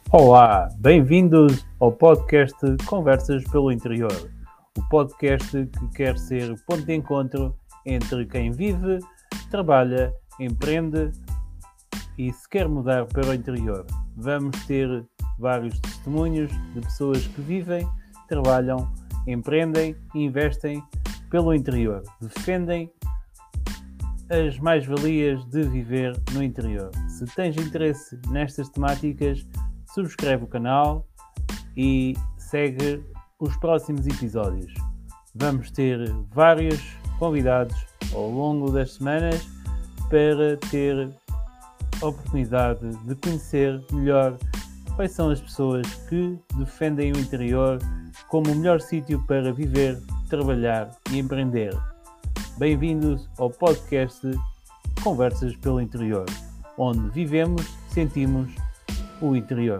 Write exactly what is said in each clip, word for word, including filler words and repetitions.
Olá, bem-vindos ao podcast Conversas pelo Interior, o podcast que quer ser o ponto de encontro entre quem vive, trabalha, empreende e se quer mudar para o interior. Vamos ter vários testemunhos de pessoas que vivem, trabalham, empreendem e investem pelo interior, defendem as mais-valias de viver no interior. Se tens interesse nestas temáticas, subscreve o canal e segue os próximos episódios. Vamos ter vários convidados ao longo das semanas para ter a oportunidade de conhecer melhor quais são as pessoas que defendem o interior como o melhor sítio para viver, trabalhar e empreender. Bem-vindos ao podcast Conversas pelo Interior, onde vivemos, sentimos o interior.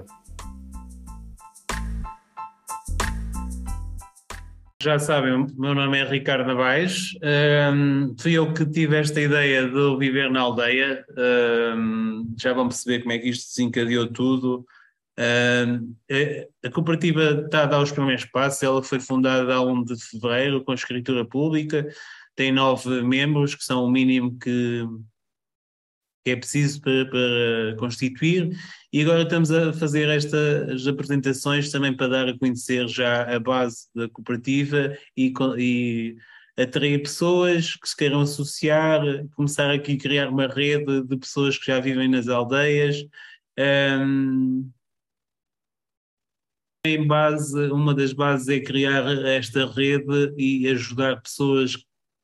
Já sabem, o meu nome é Ricardo Navais, um, fui eu que tive esta ideia de viver na aldeia, um, já vão perceber como é que isto desencadeou tudo. Um, a cooperativa está a dar os primeiros passos, ela foi fundada a primeiro de fevereiro com escritura pública, tem nove membros, que são o mínimo que, que é preciso para, para constituir, e agora estamos a fazer estas apresentações também para dar a conhecer já a base da cooperativa e, e atrair pessoas que se queiram associar, começar aqui a criar uma rede de pessoas que já vivem nas aldeias. Um, em base, uma das bases é criar esta rede e ajudar pessoas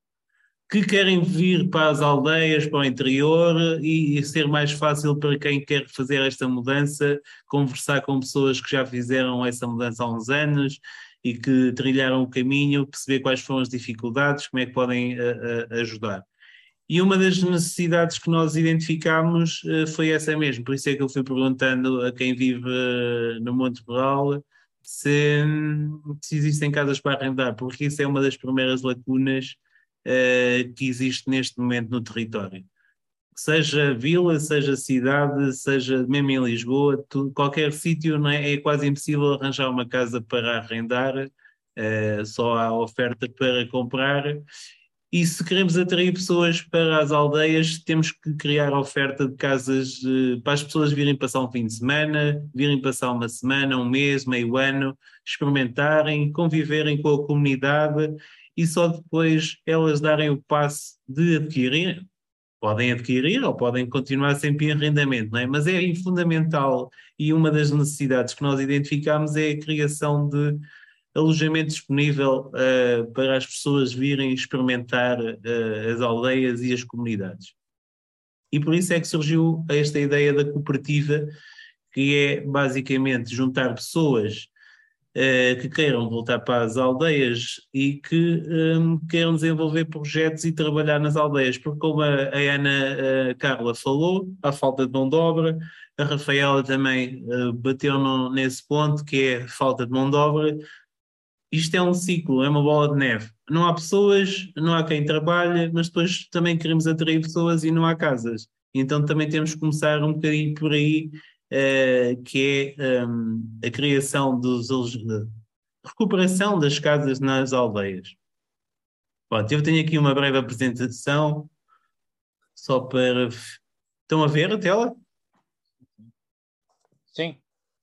que querem vir para as aldeias, para o interior, e, e ser mais fácil para quem quer fazer esta mudança, conversar com pessoas que já fizeram essa mudança há uns anos e que trilharam o caminho, perceber quais foram as dificuldades, como é que podem a, a, ajudar. E uma das necessidades que nós identificámos uh, foi essa mesmo, por isso é que eu fui perguntando a quem vive uh, no Monte Rural se, se existem casas para arrendar, porque isso é uma das primeiras lacunas uh, que existe neste momento no território. Seja vila, seja cidade, seja mesmo em Lisboa, tu, qualquer sítio, não é, é quase impossível arranjar uma casa para arrendar, uh, só há oferta para comprar. E se queremos atrair pessoas para as aldeias, temos que criar oferta de casas eh, para as pessoas virem passar um fim de semana, virem passar uma semana, um mês, meio ano, experimentarem, conviverem com a comunidade e só depois elas darem o passo de adquirir. Podem adquirir ou podem continuar sempre em arrendamento, não é? Mas é fundamental e uma das necessidades que nós identificamos é a criação de alojamento disponível uh, para as pessoas virem experimentar uh, as aldeias e as comunidades. E por isso é que surgiu esta ideia da cooperativa, que é basicamente juntar pessoas uh, que queiram voltar para as aldeias e que um, queiram desenvolver projetos e trabalhar nas aldeias, porque como a, a Ana uh, Carla falou, há falta de mão de obra, a Rafaela também uh, bateu no, nesse ponto, que é a falta de mão de obra. Isto é um ciclo, é uma bola de neve. Não há pessoas, não há quem trabalhe, mas depois também queremos atrair pessoas e não há casas. Então também temos que começar um bocadinho por aí, uh, que é um, a criação dos, a recuperação das casas nas aldeias. Pronto, eu tenho aqui uma breve apresentação, só para... Estão a ver a tela? Sim.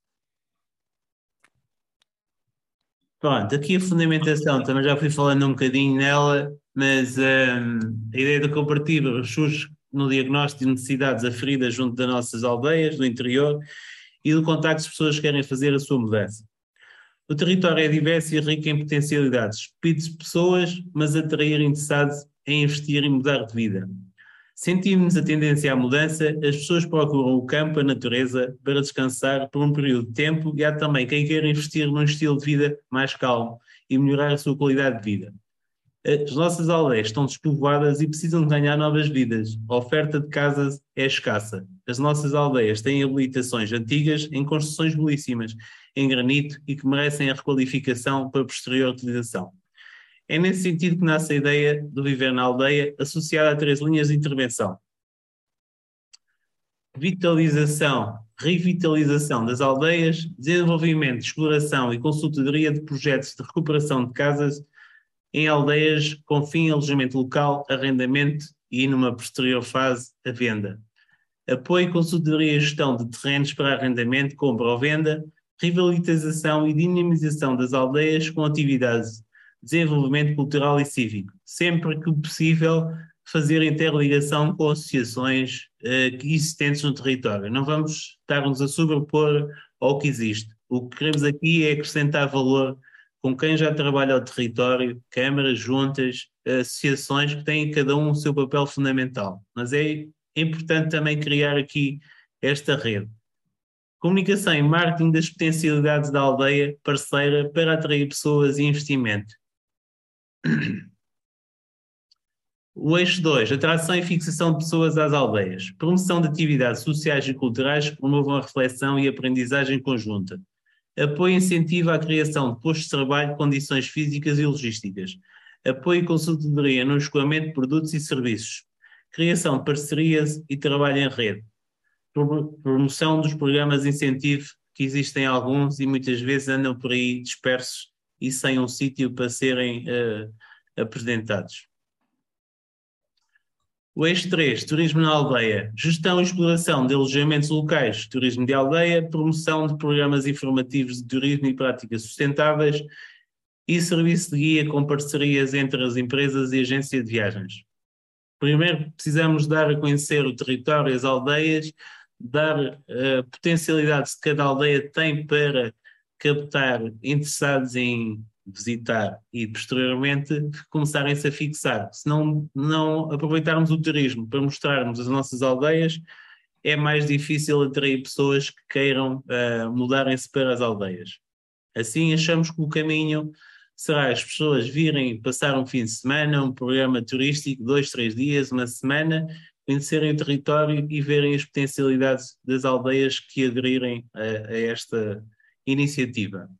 Pronto, aqui a fundamentação, também já fui falando um bocadinho nela, mas um, a ideia da cooperativa surge no diagnóstico de necessidades aferidas junto das nossas aldeias, do interior, e do contacto de pessoas que querem fazer a sua mudança. O território é diverso e rico em potencialidades, pede pessoas, mas atrair interessados em investir e mudar de vida. Sentimos a tendência à mudança, as pessoas procuram o campo, a natureza, para descansar por um período de tempo e há também quem queira investir num estilo de vida mais calmo e melhorar a sua qualidade de vida. As nossas aldeias estão despovoadas e precisam de ganhar novas vidas. A oferta de casas é escassa. As nossas aldeias têm habilitações antigas em construções belíssimas, em granito e que merecem a requalificação para posterior utilização. É nesse sentido que nasce a ideia do viver na aldeia, associada a três linhas de intervenção: vitalização, revitalização das aldeias, desenvolvimento, exploração e consultoria de projetos de recuperação de casas em aldeias com fim em alojamento local, arrendamento e, numa posterior fase, a venda. Apoio, consultoria e gestão de terrenos para arrendamento, compra ou venda, revitalização e dinamização das aldeias com atividades de desenvolvimento cultural e cívico, sempre que possível fazer interligação com associações uh, existentes no território. Não vamos estar-nos a sobrepor ao que existe. O que queremos aqui é acrescentar valor com quem já trabalha ao território, câmaras, juntas, associações que têm cada um o seu papel fundamental. Mas é importante também criar aqui esta rede. Comunicação e marketing das potencialidades da aldeia parceira para atrair pessoas e investimento. O eixo dois, atração e fixação de pessoas às aldeias. Promoção de atividades sociais e culturais que promovam a reflexão e aprendizagem conjunta. Apoio e incentivo à criação de postos de trabalho, condições físicas e logísticas. Apoio e consultoria no escoamento de produtos e serviços. Criação de parcerias e trabalho em rede. Promoção dos programas de incentivo, que existem alguns e muitas vezes andam por aí dispersos e sem um sítio para serem uh, apresentados. O eixo três, turismo na aldeia, gestão e exploração de alojamentos locais, turismo de aldeia, promoção de programas informativos de turismo e práticas sustentáveis e serviço de guia com parcerias entre as empresas e agências de viagens. Primeiro, precisamos dar a conhecer o território, as aldeias, dar a potencialidade que cada aldeia tem para captar interessados em visitar e posteriormente começarem-se a fixar. Se não, não aproveitarmos o turismo para mostrarmos as nossas aldeias, é mais difícil atrair pessoas que queiram uh, mudarem-se para as aldeias. Assim, achamos que o caminho será as pessoas virem passar um fim de semana, um programa turístico, dois, três dias, uma semana, conhecerem o território e verem as potencialidades das aldeias que aderirem a, a esta iniciativa.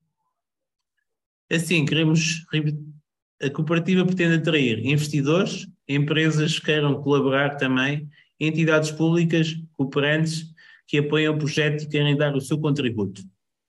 Assim, queremos, a cooperativa pretende atrair investidores, empresas que queiram colaborar também, entidades públicas, cooperantes, que apoiam o projeto e querem dar o seu contributo.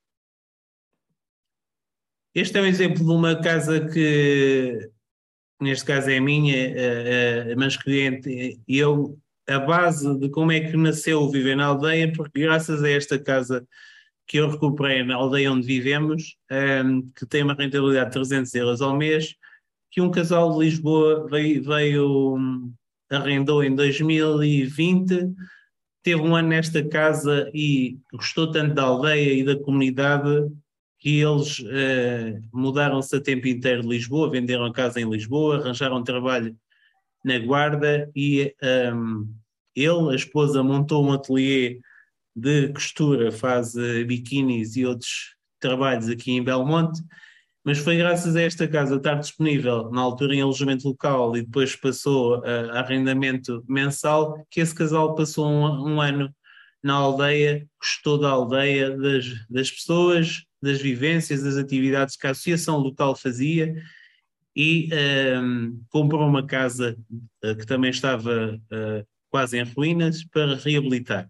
Este é um exemplo de uma casa que, neste caso é a minha, mas cliente, e eu, a base de como é que nasceu o Viver na Aldeia, porque graças a esta casa que eu recuperei na aldeia onde vivemos, um, que tem uma rentabilidade de trezentos euros ao mês, que um casal de Lisboa veio, veio um, arrendou em dois mil e vinte, teve um ano nesta casa e gostou tanto da aldeia e da comunidade que eles uh, mudaram-se a tempo inteiro de Lisboa, venderam a casa em Lisboa, arranjaram trabalho na Guarda e um, ele, a esposa, montou um ateliê de costura, faz uh, biquinis e outros trabalhos aqui em Belmonte, mas foi graças a esta casa estar disponível na altura em alojamento local e depois passou a, a arrendamento mensal, que esse casal passou um, um ano na aldeia, gostou da aldeia, das, das pessoas, das vivências, das atividades que a associação local fazia e um, comprou uma casa uh, que também estava uh, quase em ruínas para reabilitar.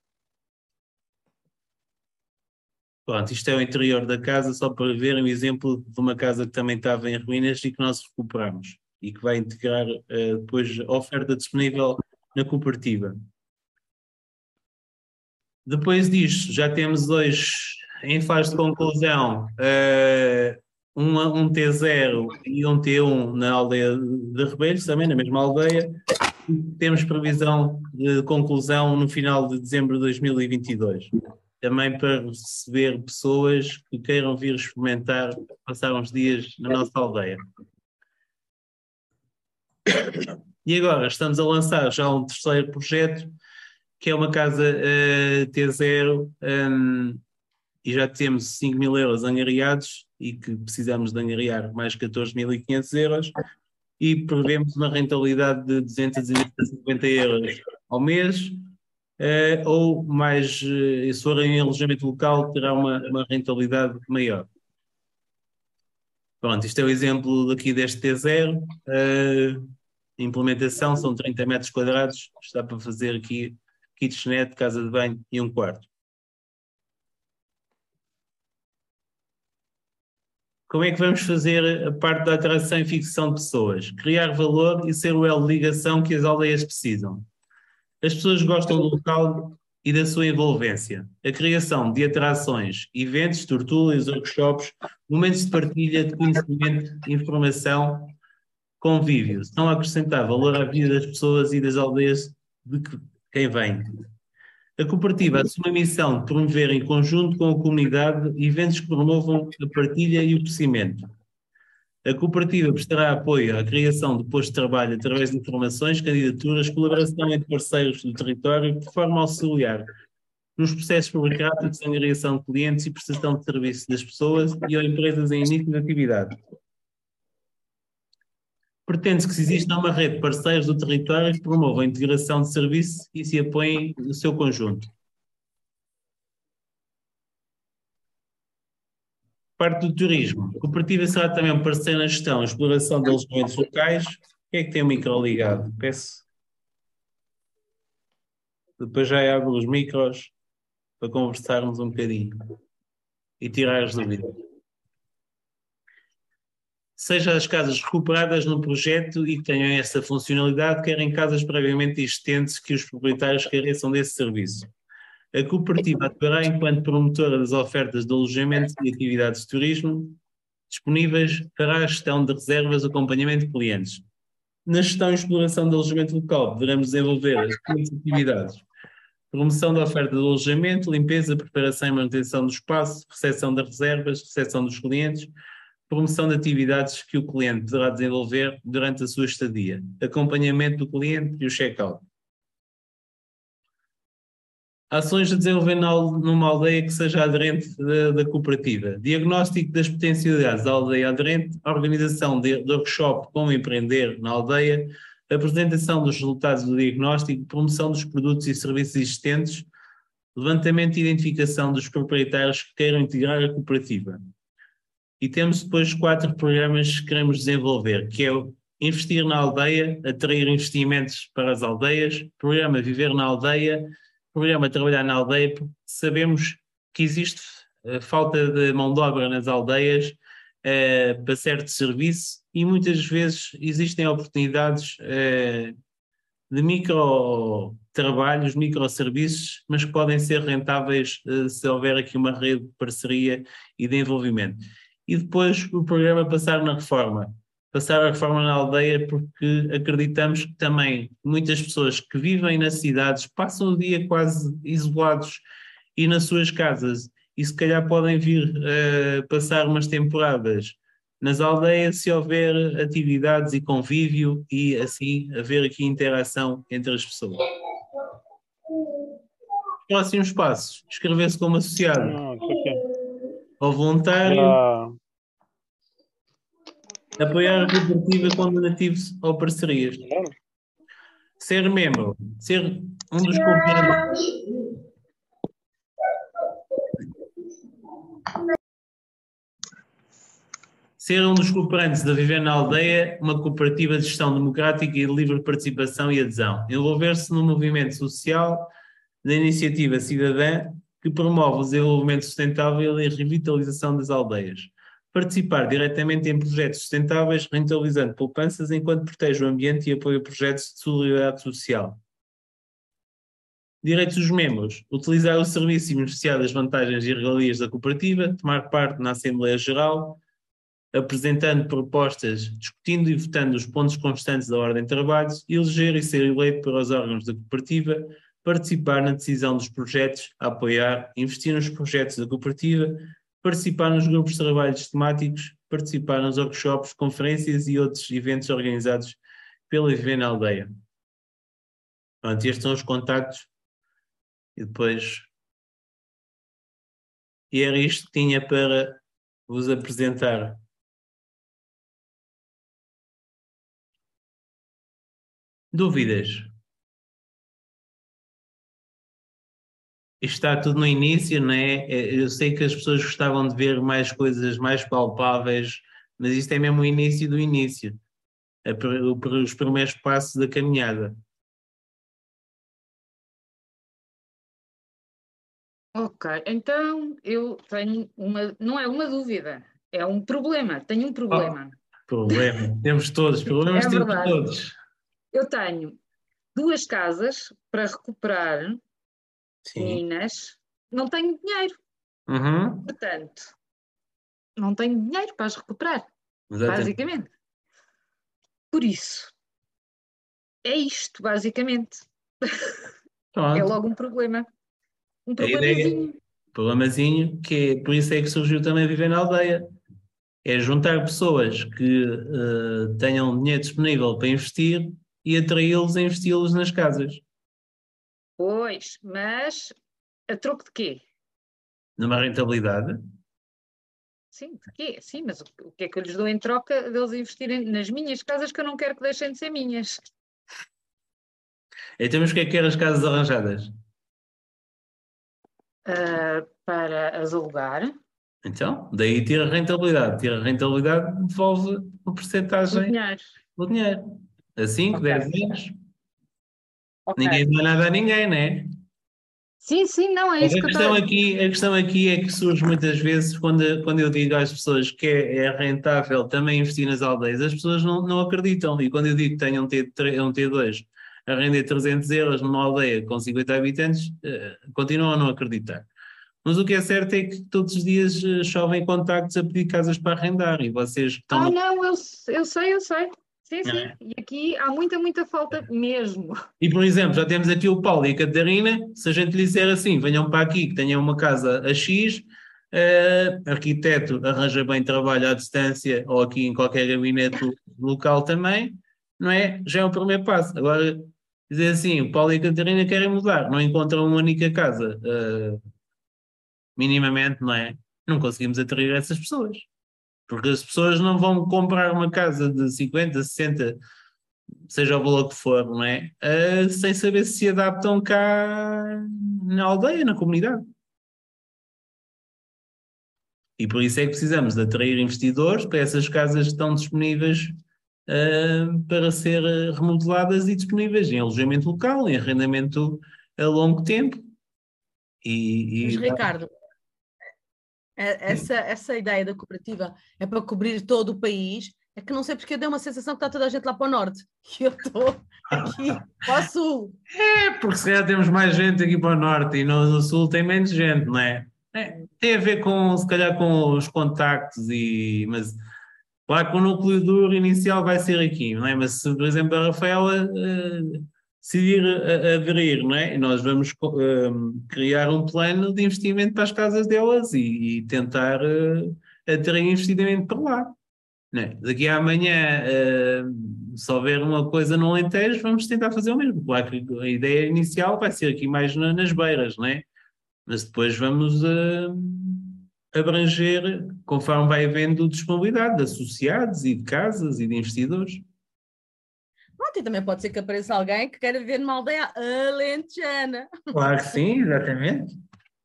Pronto, isto é o interior da casa, só para ver um exemplo de uma casa que também estava em ruínas e que nós recuperamos e que vai integrar uh, depois a oferta disponível na cooperativa. Depois disto, já temos dois em fase de conclusão, uh, um, um T zero e um T um na aldeia de Rebelhos, também na mesma aldeia. Temos previsão de conclusão no final de dezembro de dois mil e vinte e dois. Também para receber pessoas que queiram vir experimentar, passar uns dias na nossa aldeia. E agora estamos a lançar já um terceiro projeto, que é uma casa uh, T zero, um, e já temos cinco mil euros angariados e que precisamos de angariar mais catorze mil e quinhentos euros e prevemos uma rentabilidade de duzentos e cinquenta euros ao mês. Uh, ou mais, uh, se for em alojamento local, terá uma, uma rentabilidade maior. Pronto, isto é o exemplo aqui deste T zero. Uh, implementação são trinta metros quadrados, está para fazer aqui kitchenette, casa de banho e um quarto. Como é que vamos fazer a parte da atração e fixação de pessoas? Criar valor e ser o elo de ligação que as aldeias precisam. As pessoas gostam do local e da sua envolvência. A criação de atrações, eventos, tertúlias, workshops, momentos de partilha de conhecimento, informação, convívio, estão a acrescentar valor à vida das pessoas e das aldeias de quem vem. A cooperativa assume a missão de promover em conjunto com a comunidade eventos que promovam a partilha e o crescimento. A cooperativa prestará apoio à criação de postos de trabalho através de informações, candidaturas, colaboração entre parceiros do território, de forma a auxiliar nos processos burocráticos, angariação de clientes e prestação de serviços das pessoas e ou empresas em início de atividade. Pretende-se que se exista uma rede de parceiros do território que promovam a integração de serviços e se apoiem no seu conjunto. Parte do turismo. A cooperativa será também um parceiro na gestão e exploração de alojamentos locais. O que é que tem o micro ligado? Peço. Depois já abro os micros para conversarmos um bocadinho e tirar as dúvidas. Seja as casas recuperadas no projeto e que tenham essa funcionalidade, quer em casas previamente existentes que os proprietários careçam desse serviço. A cooperativa atuará enquanto promotora das ofertas de alojamento e atividades de turismo disponíveis para a gestão de reservas e acompanhamento de clientes. Na gestão e exploração de alojamento local, poderemos desenvolver as seguintes atividades: promoção da oferta de alojamento, limpeza, preparação e manutenção do espaço, recepção das reservas, recepção dos clientes, promoção de atividades que o cliente poderá desenvolver durante a sua estadia, acompanhamento do cliente e o check-out. Ações a desenvolver numa aldeia que seja aderente da, da cooperativa. Diagnóstico das potencialidades da aldeia aderente, organização de, de workshop Como Empreender na aldeia, apresentação dos resultados do diagnóstico, promoção dos produtos e serviços existentes, levantamento e identificação dos proprietários que queiram integrar a cooperativa. E temos depois quatro programas que queremos desenvolver, que é o Investir na Aldeia, atrair investimentos para as aldeias, programa Viver na Aldeia, programa Trabalhar na Aldeia, porque sabemos que existe uh, falta de mão de obra nas aldeias uh, para certo serviço e muitas vezes existem oportunidades uh, de micro-trabalhos, micro-serviços, mas que podem ser rentáveis uh, se houver aqui uma rede de parceria e de envolvimento. E depois o programa Passar na Reforma. Passar a reforma na aldeia porque acreditamos que também muitas pessoas que vivem nas cidades passam o dia quase isolados e nas suas casas e se calhar podem vir uh, passar umas temporadas nas aldeias se houver atividades e convívio e assim haver aqui interação entre as pessoas. Próximos passos: inscrever-se como associado Não, isso aqui. ou voluntário. Já. Apoiar a cooperativa com donativos ou parcerias. Ser membro. Ser um dos cooperantes. Ser um dos cooperantes da Viver na Aldeia, uma cooperativa de gestão democrática e de livre participação e adesão. Envolver-se no movimento social da iniciativa cidadã que promove o desenvolvimento sustentável e a revitalização das aldeias. Participar diretamente em projetos sustentáveis, rentabilizando poupanças enquanto protege o ambiente e apoia projetos de solidariedade social. Direitos dos membros: utilizar o serviço e beneficiar das vantagens e regalias da cooperativa, tomar parte na Assembleia Geral, apresentando propostas, discutindo e votando os pontos constantes da ordem de trabalhos, eleger e ser eleito para os órgãos da cooperativa, participar na decisão dos projetos, apoiar, investir nos projetos da cooperativa, participar nos grupos de trabalho temáticos, participar nos workshops, conferências e outros eventos organizados pela Viver na Aldeia. Pronto, estes são os contactos e depois... E era isto que tinha para vos apresentar. Dúvidas? Isto está tudo no início, não é? Eu sei que as pessoas gostavam de ver mais coisas mais palpáveis, mas isto é mesmo o início do início, os primeiros passos da caminhada. Ok, então eu tenho uma, não é uma dúvida, é um problema, tenho um problema. Oh, problema, temos todos, problemas É temos verdade. todos. Eu tenho duas casas para recuperar, Sim. meninas, não tenho dinheiro, Uhum. portanto, não tenho dinheiro para as recuperar, Exatamente. basicamente. Por isso, é isto, basicamente. É Pronto. logo um problema. Um A ideia, problemazinho. problemazinho, que é, por isso é que surgiu também Viver na Aldeia. É juntar pessoas que eh, tenham dinheiro disponível para investir e atraí-los a investi-los nas casas. Pois, mas a troco de quê? Numa rentabilidade. Sim, de quê? Sim, mas o, o que é que eu lhes dou em troca deles investirem nas minhas casas que eu não quero que deixem de ser minhas? Então, mas o que é que quer as casas arranjadas? Ah, para as alugar, Então, daí tira a rentabilidade. Tira a rentabilidade, devolve uma o porcentagem dinheiro. do dinheiro. A cinco, Ok, dez anos, ok. ninguém dá nada a ninguém, né? Sim, sim, não, é Mas isso a que eu estou questão a... aqui, a questão aqui é que surge muitas vezes quando, quando eu digo às pessoas que é, é rentável também investir nas aldeias, as pessoas não, não acreditam. E quando eu digo que tenho um T, um T dois a render trezentos euros numa aldeia com cinquenta habitantes, eh, continuam a não acreditar. Mas o que é certo é que todos os dias eh, chovem contactos a pedir casas para arrendar e vocês que estão Ah, no. não, eu, eu sei, eu sei. Sim, sim. E aqui há muita, muita falta mesmo. E, por exemplo, já temos aqui o Paulo e a Catarina. Se a gente lhe disser assim, venham para aqui, que tenham uma casa a X, eh, arquiteto arranja bem trabalho à distância ou aqui em qualquer gabinete local também, não é? Já é o primeiro passo. Agora, dizer assim, o Paulo e a Catarina querem mudar, não encontram uma única casa, eh, minimamente, não é? Não conseguimos atrair essas pessoas. Porque as pessoas não vão comprar uma casa de cinquenta, sessenta, seja o valor que for, não é? Uh, sem saber se se adaptam cá na aldeia, na comunidade. E por isso é que precisamos de atrair investidores para essas casas que estão disponíveis uh, para ser remodeladas e disponíveis em alojamento local, em arrendamento a longo tempo. Mas, E, e... Ricardo, é- essa, essa ideia da cooperativa é para cobrir todo o país, é que não sei porque deu uma sensação que está toda a gente lá para o norte e eu estou aqui para o sul. É, porque se calhar temos mais gente aqui para o norte e no, no sul tem menos gente, não é? É, tem a ver com, se calhar, com os contactos e... Mas claro que o núcleo duro inicial vai ser aqui, não é? Mas se, por exemplo, a Rafaela eh, decidir a- aderir, não é? E nós vamos co- eh, criar um plano de investimento para as casas delas e, e tentar eh, atrair investimento para lá, não é? Daqui a amanhã, eh, se houver uma coisa no Alentejo, vamos tentar fazer o mesmo. Claro que a ideia inicial vai ser aqui mais na- nas beiras, não é? Mas depois vamos eh, abranger, conforme vai havendo disponibilidade de associados e de casas e de investidores. Pronto, e também pode ser que apareça alguém que queira viver numa aldeia alentejana, Claro que sim, exatamente.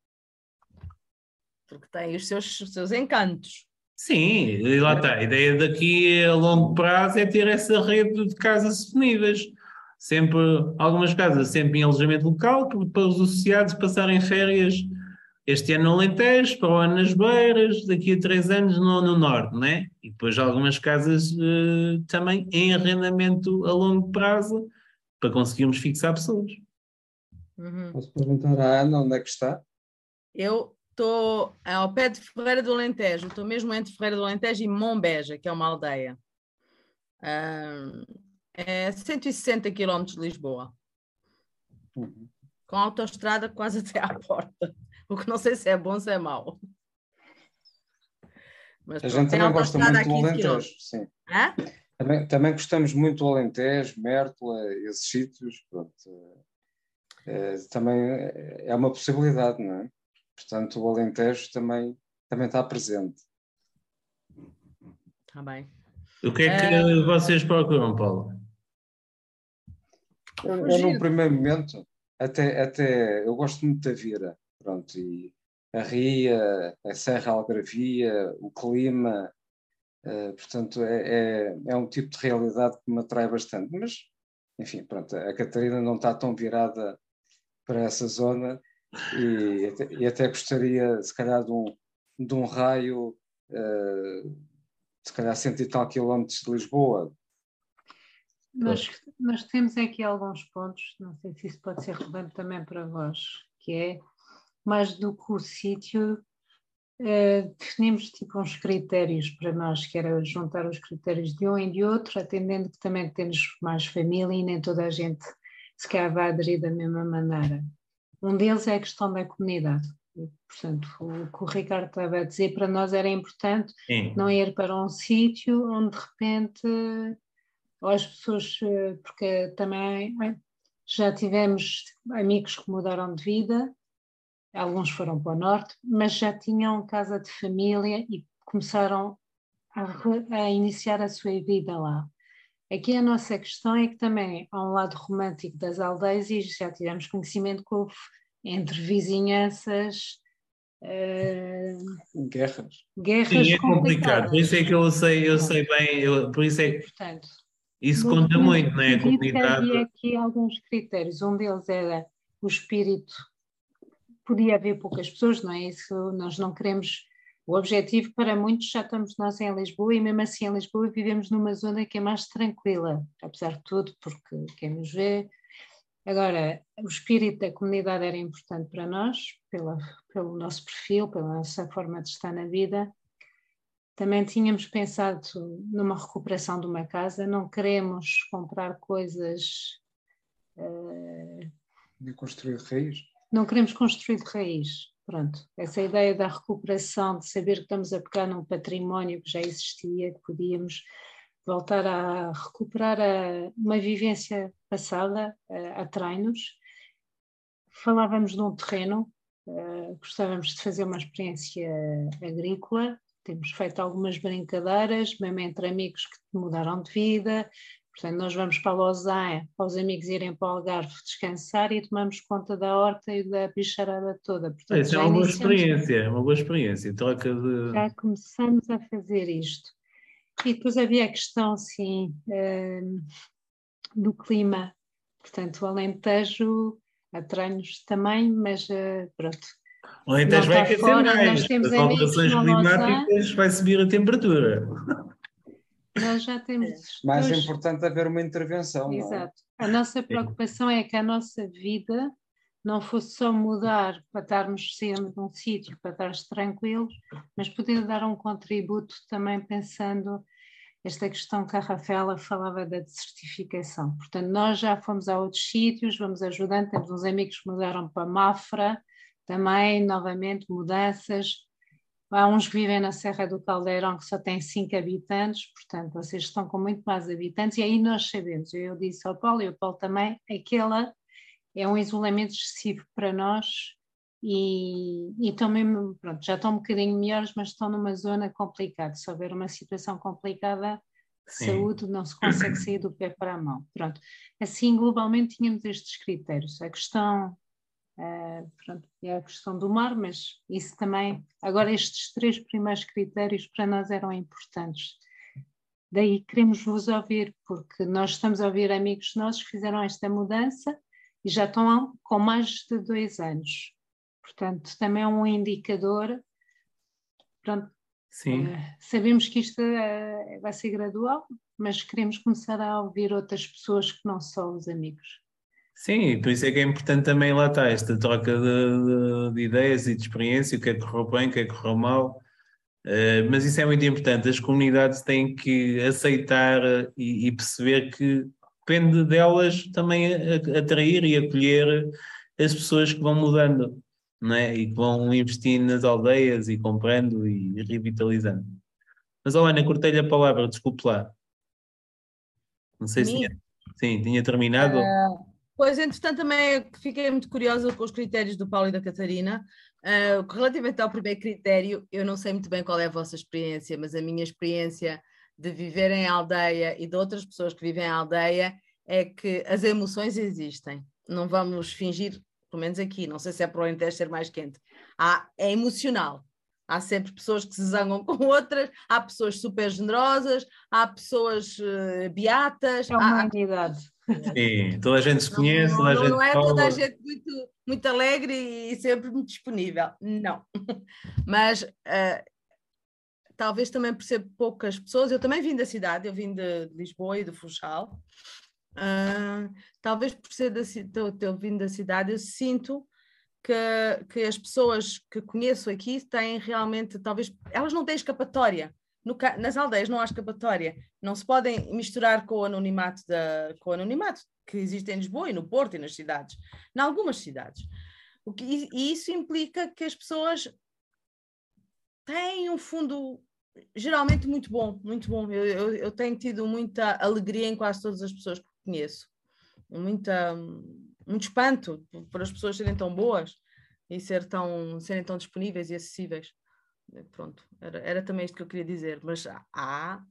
porque tem os seus, os seus encantos. Sim, e lá está. A ideia daqui a longo prazo é ter essa rede de casas disponíveis. Sempre, algumas casas sempre em alojamento local, para os associados passarem férias este ano no Alentejo, para o ano nas Beiras, daqui a três anos no, no Norte, não é? E depois algumas casas eh, também em arrendamento a longo prazo, para conseguirmos fixar pessoas. Uhum. Posso perguntar à Ana onde é que está? Eu estou ao pé de Ferreira do Alentejo, estou mesmo entre Ferreira do Alentejo e Mombeja, que é uma aldeia. Ah, é cento e sessenta quilómetros de Lisboa, Uhum. com a autoestrada quase até à porta. O que não sei se é bom ou se é mau. Mas A pronto, gente tem também gosta autoestrada muito a do quinze Alentejo, quilómetros. sim. Hã? Também, também gostamos muito do Alentejo, Mértola, esses sítios, pronto. É, também é uma possibilidade, não é? Portanto, o Alentejo também, também está presente. Está bem. O que é que Ah, vocês procuram, Paulo? Eu, eu num fugir. primeiro momento, até, até eu gosto muito da Vira, pronto, e a Ria, a Serra Algarvia, o clima, eh, portanto, é, é, é um tipo de realidade que me atrai bastante. Mas, enfim, pronto, a Catarina não está tão virada para essa zona e até, e até gostaria, se calhar, de um, de um raio uh, se calhar cento e tal quilómetros de Lisboa. Nós, nós temos aqui alguns pontos, não sei se isso pode ser relevante também para vós, que é, mais do que o sítio, uh, definimos tipo uns critérios para nós, que era juntar os critérios de um e de outro, atendendo que também temos mais família e nem toda a gente se calhar vai aderir da mesma maneira. Um deles é a questão da comunidade. Portanto, o que o Ricardo estava a dizer, para nós era importante Sim. não ir para um sítio onde de repente ou as pessoas, porque também já tivemos amigos que mudaram de vida, alguns foram para o norte, mas já tinham casa de família e começaram a, a iniciar a sua vida lá. Aqui a nossa questão é que também há um lado romântico das aldeias e já tivemos conhecimento que houve entre vizinhanças uh, guerras guerras Sim, é complicado, por isso é que eu sei, eu sei bem, eu, por isso é que Portanto, isso conta muito, não é? A comunidade. Havia aqui alguns critérios, um deles era o espírito, podia haver poucas pessoas, não é isso, nós não queremos. O objetivo para muitos, já estamos nós em Lisboa e mesmo assim em Lisboa vivemos numa zona que é mais tranquila, apesar de tudo, porque quem nos vê. Agora, o espírito da comunidade era importante para nós, pela, pelo nosso perfil, pela nossa forma de estar na vida. Também tínhamos pensado numa recuperação de uma casa, não queremos comprar coisas... Uh, Nem construir raiz. Não queremos construir de raiz. Pronto, essa ideia da recuperação, de saber que estamos a pegar num património que já existia, que podíamos voltar a recuperar a, uma vivência passada, a, atrai-nos. Falávamos de um terreno, uh, gostávamos de fazer uma experiência agrícola, temos feito algumas brincadeiras, mesmo entre amigos que mudaram de vida. Portanto, nós vamos para a Lausanne, para os amigos irem para o Algarve descansar e tomamos conta da horta e da bicharada toda. Portanto, Isso é uma boa experiência, é uma boa experiência. Troca de... Já começamos a fazer isto. E depois havia a questão, sim, um, do clima. Portanto, o Alentejo atrai-nos também, mas uh, pronto. O Alentejo vai aquecer fora, mais. As alterações climáticas vai subir a temperatura. Nós já temos... Mais dois... importante haver uma intervenção. Exato. Não é? A nossa preocupação é que a nossa vida não fosse só mudar para estarmos sempre num sítio, para estarmos tranquilos, mas poder dar um contributo também pensando esta questão que a Rafaela falava da desertificação. Portanto, nós já fomos a outros sítios, vamos ajudando, temos uns amigos que mudaram para Mafra, também, novamente, mudanças. Há uns que vivem na Serra do Caldeirão que só têm cinco habitantes, portanto, vocês estão com muito mais habitantes, e aí nós sabemos, eu disse ao Paulo e o Paulo também, aquela é um isolamento excessivo para nós e, e estão mesmo, pronto, já estão um bocadinho melhores, mas estão numa zona complicada. Se houver uma situação complicada de Sim. saúde, não se consegue sair do pé para a mão. Pronto. Assim, globalmente, tínhamos estes critérios. A questão... Uh, pronto, é a questão do mar, mas isso também, agora estes três primeiros critérios para nós eram importantes, daí queremos vos ouvir, porque nós estamos a ouvir amigos nossos que fizeram esta mudança e já estão com mais de dois anos, portanto também é um indicador. Pronto, Sim. Uh, sabemos que isto uh, vai ser gradual, mas queremos começar a ouvir outras pessoas que não só os amigos. Sim, por isso é que é importante também lá estar esta troca de, de, de ideias e de experiência, o que é que correu bem, o que é que correu mal, uh, mas isso é muito importante, as comunidades têm que aceitar e, e perceber que depende delas também atrair e acolher as pessoas que vão mudando, não é? E que vão investindo nas aldeias e comprando e revitalizando. Mas, oh, Ana, cortei-lhe a palavra, desculpe lá. Não sei se tinha, sim, tinha terminado. Uh... Pois, entretanto, também fiquei muito curiosa com os critérios do Paulo e da Catarina. Uh, relativamente ao primeiro critério, eu não sei muito bem qual é a vossa experiência, mas a minha experiência de viver em aldeia e de outras pessoas que vivem em aldeia é que as emoções existem. Não vamos fingir, pelo menos aqui, não sei se é para o Alentejo ser mais quente. Há, é emocional. Há sempre pessoas que se zangam com outras, há pessoas super generosas, há pessoas uh, beatas. É uma humanidade. Sim, toda a gente se conhece, não, toda a não, gente não é fala. toda a gente muito, muito alegre e sempre muito disponível, não. Mas uh, talvez também por ser poucas pessoas, eu também vim da cidade, eu vim de Lisboa e do Funchal, uh, talvez por ser da, ter, ter vindo da cidade, eu sinto que, que as pessoas que conheço aqui têm realmente, talvez, elas não têm escapatória. No, nas aldeias não há escapatória, não se podem misturar com o anonimato, da, com o anonimato que existe em Lisboa e no Porto e nas cidades, em algumas cidades. O que, e isso implica que as pessoas têm um fundo geralmente muito bom, muito bom. Eu, eu, eu tenho tido muita alegria em quase todas as pessoas que conheço, muita, muito espanto por as pessoas serem tão boas e ser tão, serem tão disponíveis e acessíveis. Pronto, era, era também isto que eu queria dizer, mas há,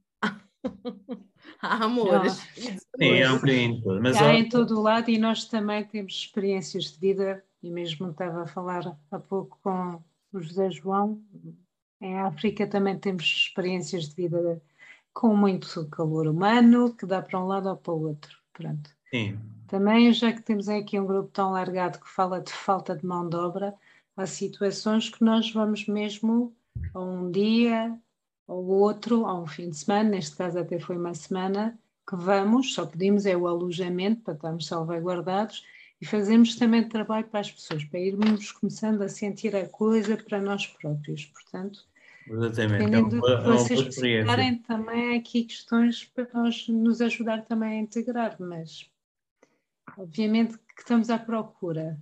há amores. Sim, é um bocadinho. Mas há ó... em todo o lado, e nós também temos experiências de vida, e mesmo estava a falar há pouco com o José João, em África também temos experiências de vida com muito calor humano, que dá para um lado ou para o outro. Pronto. Sim. Também, já que temos aqui um grupo tão largado que fala de falta de mão de obra, há situações que nós vamos mesmo a um dia ou outro, a um fim de semana, neste caso até foi uma semana, que vamos, só pedimos é o alojamento para estarmos salvaguardados e fazemos também trabalho para as pessoas, para irmos começando a sentir a coisa para nós próprios. Portanto, exatamente, é uma, dependendo do boa, que é uma vocês boa experiência. precisarem, também há aqui questões para nós nos ajudar também a integrar, mas obviamente que estamos à procura.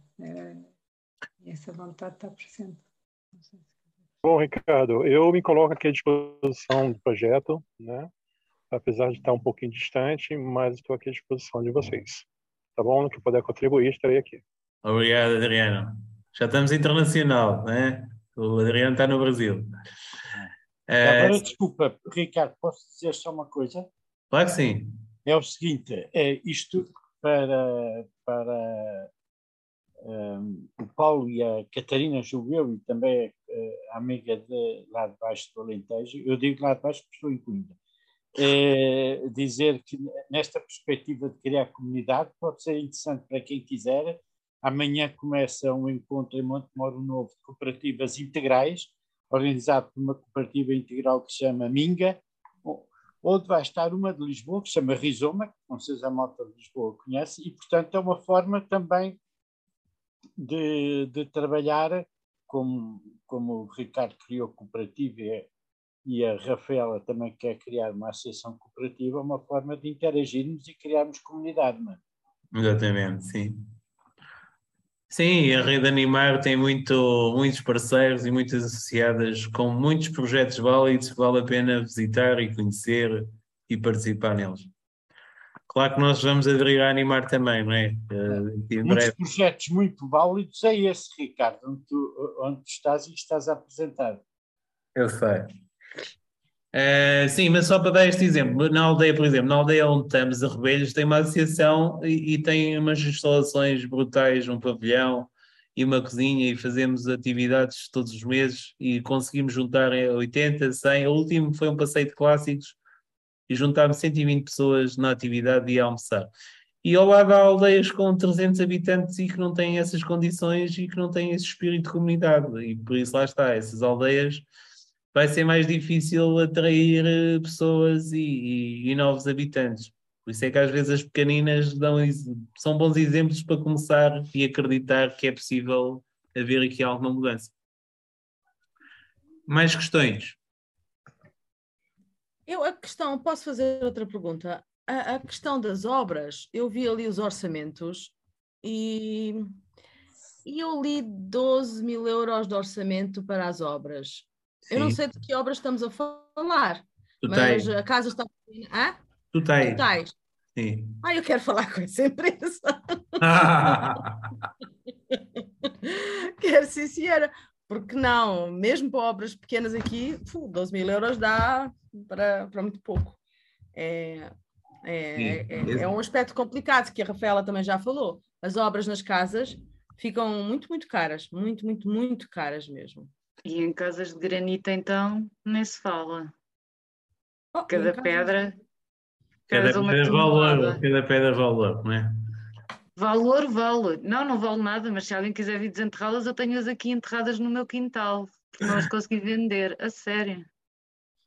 E essa vontade está presente. Não sei se... Bom, Ricardo, eu me coloco aqui à disposição do projeto, né? Apesar de estar um pouquinho distante, mas estou aqui à disposição de vocês. Tá bom? No que puder contribuir, estarei aqui. Obrigado, Adriano. Já estamos internacional, né? O Adriano está no Brasil. É... Agora, desculpa, Ricardo, posso dizer só uma coisa? Claro que sim. É o seguinte, é isto para, para um, o Paulo e a Catarina, julgo eu, e também a, a amiga de lá de baixo do Alentejo, eu digo lá de baixo porque estou em Coimbra, é, dizer que nesta perspectiva de criar comunidade pode ser interessante para quem quiser. Amanhã começa um encontro em Montemoro Novo de cooperativas integrais, organizado por uma cooperativa integral que se chama Minga, onde vai estar uma de Lisboa, que se chama Rizoma, que não sei se a malta de Lisboa conhece, e, portanto, é uma forma também de, de trabalhar, como, como o Ricardo criou cooperativa e, e a Rafaela também quer criar uma associação cooperativa, uma forma de interagirmos e criarmos comunidade, não é? Exatamente, sim. Sim, a Rede Animar tem muito, muitos parceiros e muitas associadas com muitos projetos válidos que vale a pena visitar e conhecer e participar neles. Claro que nós vamos aderir a Animar também, não é? Uh, um dos projetos muito válidos é esse, Ricardo, onde tu, onde tu estás e estás a apresentar. Eu sei. Uh, sim, mas só para dar este exemplo, na aldeia, por exemplo, na aldeia onde estamos, a Rebelhos, tem uma associação e, e tem umas instalações brutais, um pavilhão e uma cozinha, e fazemos atividades todos os meses e conseguimos juntar oitenta, cem, o último foi um passeio de clássicos e juntámos cento e vinte pessoas na atividade e a almoçar. E ao lado há aldeias com trezentos habitantes e que não têm essas condições e que não têm esse espírito de comunidade, e por isso lá está, essas aldeias vai ser mais difícil atrair pessoas e, e, e novos habitantes. Por isso é que às vezes as pequeninas dão, são bons exemplos para começar e acreditar que é possível haver aqui alguma mudança. Mais questões? Eu, a questão, posso fazer outra pergunta? A, a questão das obras, eu vi ali os orçamentos e, e eu li doze mil euros de orçamento para as obras. Sim. Eu não sei de que obras estamos a falar, Totais. Mas a casa está... Hã? Totais. Totais. Sim. Ah, eu quero falar com essa empresa. Quero, sim, senhora. Porque não, mesmo para obras pequenas aqui, doze mil euros dá para, para muito pouco. É, é, é, é um aspecto complicado, que a Rafaela também já falou. As obras nas casas ficam muito, muito caras. Muito, muito, muito caras mesmo. E em casas de granito, então, nem se fala. Oh, cada pedra... Cada pedra valor, cada pedra valor, não é? Valor, vale. Não, não vale nada, mas se alguém quiser vir desenterrá-las, eu tenho-as aqui enterradas no meu quintal, porque não as consegui vender, a sério.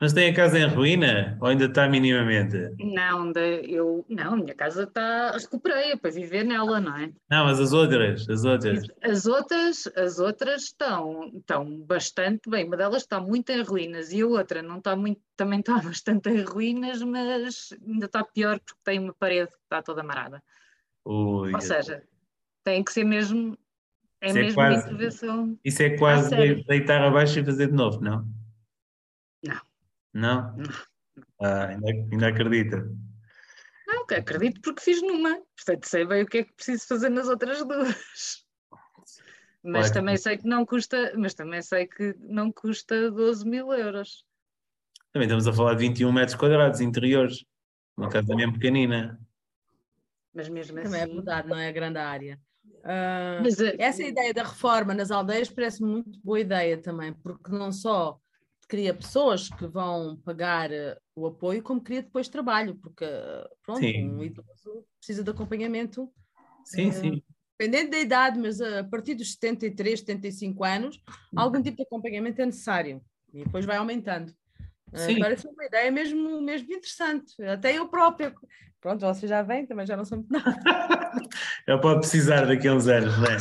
Mas tem a casa em ruína? Ou ainda está minimamente? Não, de- eu, não, a minha casa está, recuperei para viver nela, não é? Não, mas as outras, as outras. As outras, as outras estão, estão bastante bem, uma delas está muito em ruínas e a outra não está muito, também está bastante em ruínas, mas ainda está pior porque tem uma parede que está toda amarada. Ui, Ou seja, tem que ser mesmo, é isso é mesmo uma quase, intervenção isso é à quase séria. de- deitar abaixo e fazer de novo, não? Não, Não? não, Ah, ainda, ainda acredita. não, que acredito porque fiz numa, portanto sei bem o que é que preciso fazer nas outras duas. Mas Claro também que sei que não custa, mas também sei que não custa doze mil euros. também estamos a falar de vinte e um metros quadrados interiores. Uma casa mesmo pequenina. Mas mesmo Também é assim. verdade, não é a grande área. Ah, Mas, eh, essa ideia da reforma nas aldeias parece muito boa ideia também, porque não só cria pessoas que vão pagar eh, o apoio, como cria depois trabalho, porque eh, pronto, um Sim, idoso precisa de acompanhamento, sim, eh, sim. dependendo da idade, mas a partir dos setenta e três, setenta e cinco anos, algum tipo de acompanhamento é necessário e depois vai aumentando. Uh, Sim, parece uma ideia mesmo, mesmo interessante. Até eu própria. Pronto, vocês já vêm, também já não são muito nada. ele pode precisar daqui a uns anos, não é?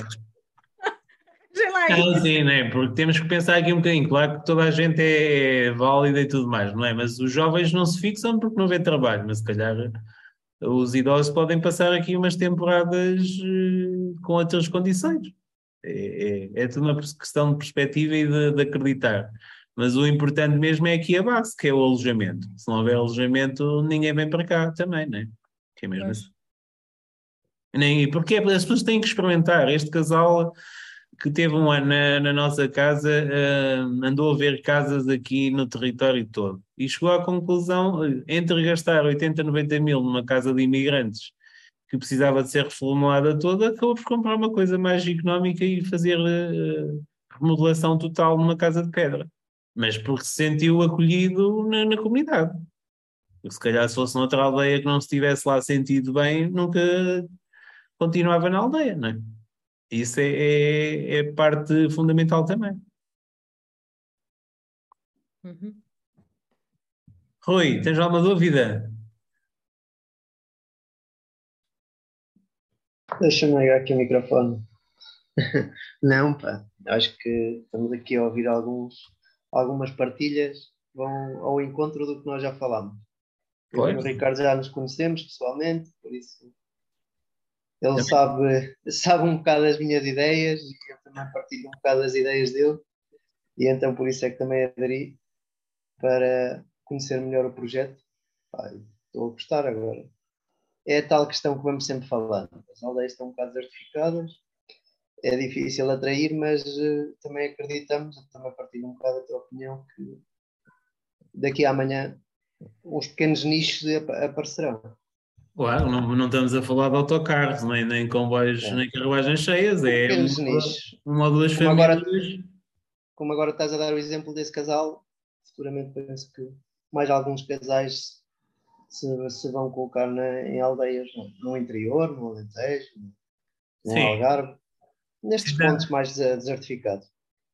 Vejam lá Não, isso. sim, não é? Porque temos que pensar aqui um bocadinho. Claro que toda a gente é válida e tudo mais, não é? Mas os jovens não se fixam porque não vê trabalho, mas se calhar os idosos podem passar aqui umas temporadas eh, com outras condições. É, é, é tudo uma questão de perspectiva e de, de acreditar. Mas o importante mesmo é aqui a base, que é o alojamento. Se não houver alojamento, ninguém vem para cá também, não é? Que é mesmo assim. Pois. Nem, porque as pessoas têm que experimentar. Este casal que teve um ano na, na nossa casa, eh, andou a ver casas aqui no território todo e chegou à conclusão, eh, entre gastar oitenta, noventa mil numa casa de imigrantes que precisava de ser reformulada toda, acabou por comprar uma coisa mais económica e fazer eh, remodelação total numa casa de pedra. Mas porque se sentiu acolhido na, na comunidade. Porque se calhar se fosse noutra aldeia que não se tivesse lá sentido bem, nunca continuava na aldeia, não é? Isso é, é, é parte fundamental também. Uhum. Rui, tens alguma dúvida? Deixa-me ligar aqui o microfone. Não, pá, acho que estamos aqui a ouvir alguns, algumas partilhas que vão ao encontro do que nós já falámos. Eu e Pois. o Ricardo já nos conhecemos pessoalmente, por isso ele Também. sabe, sabe um bocado das minhas ideias e eu também partilho um bocado das ideias dele, e então por isso é que também aderi para conhecer melhor o projeto. Pá, estou a gostar agora. É a tal questão que vamos sempre falando. As aldeias estão um bocado desertificadas, é difícil atrair, mas uh, também acreditamos, eu também partilho um bocado a tua opinião, que daqui a amanhã uns pequenos nichos ap aparecerão. Claro, não, não estamos a falar de autocarros, nem, nem comboios, É. nem carruagens cheias, São é pequenos uma, nichos. uma ou duas Como agora, famílias. como agora estás a dar o exemplo desse casal, seguramente penso que mais alguns casais se, se vão colocar na, em aldeias no, no interior, no Alentejo, no Sim. Algarve, nestes pontos mais desertificados.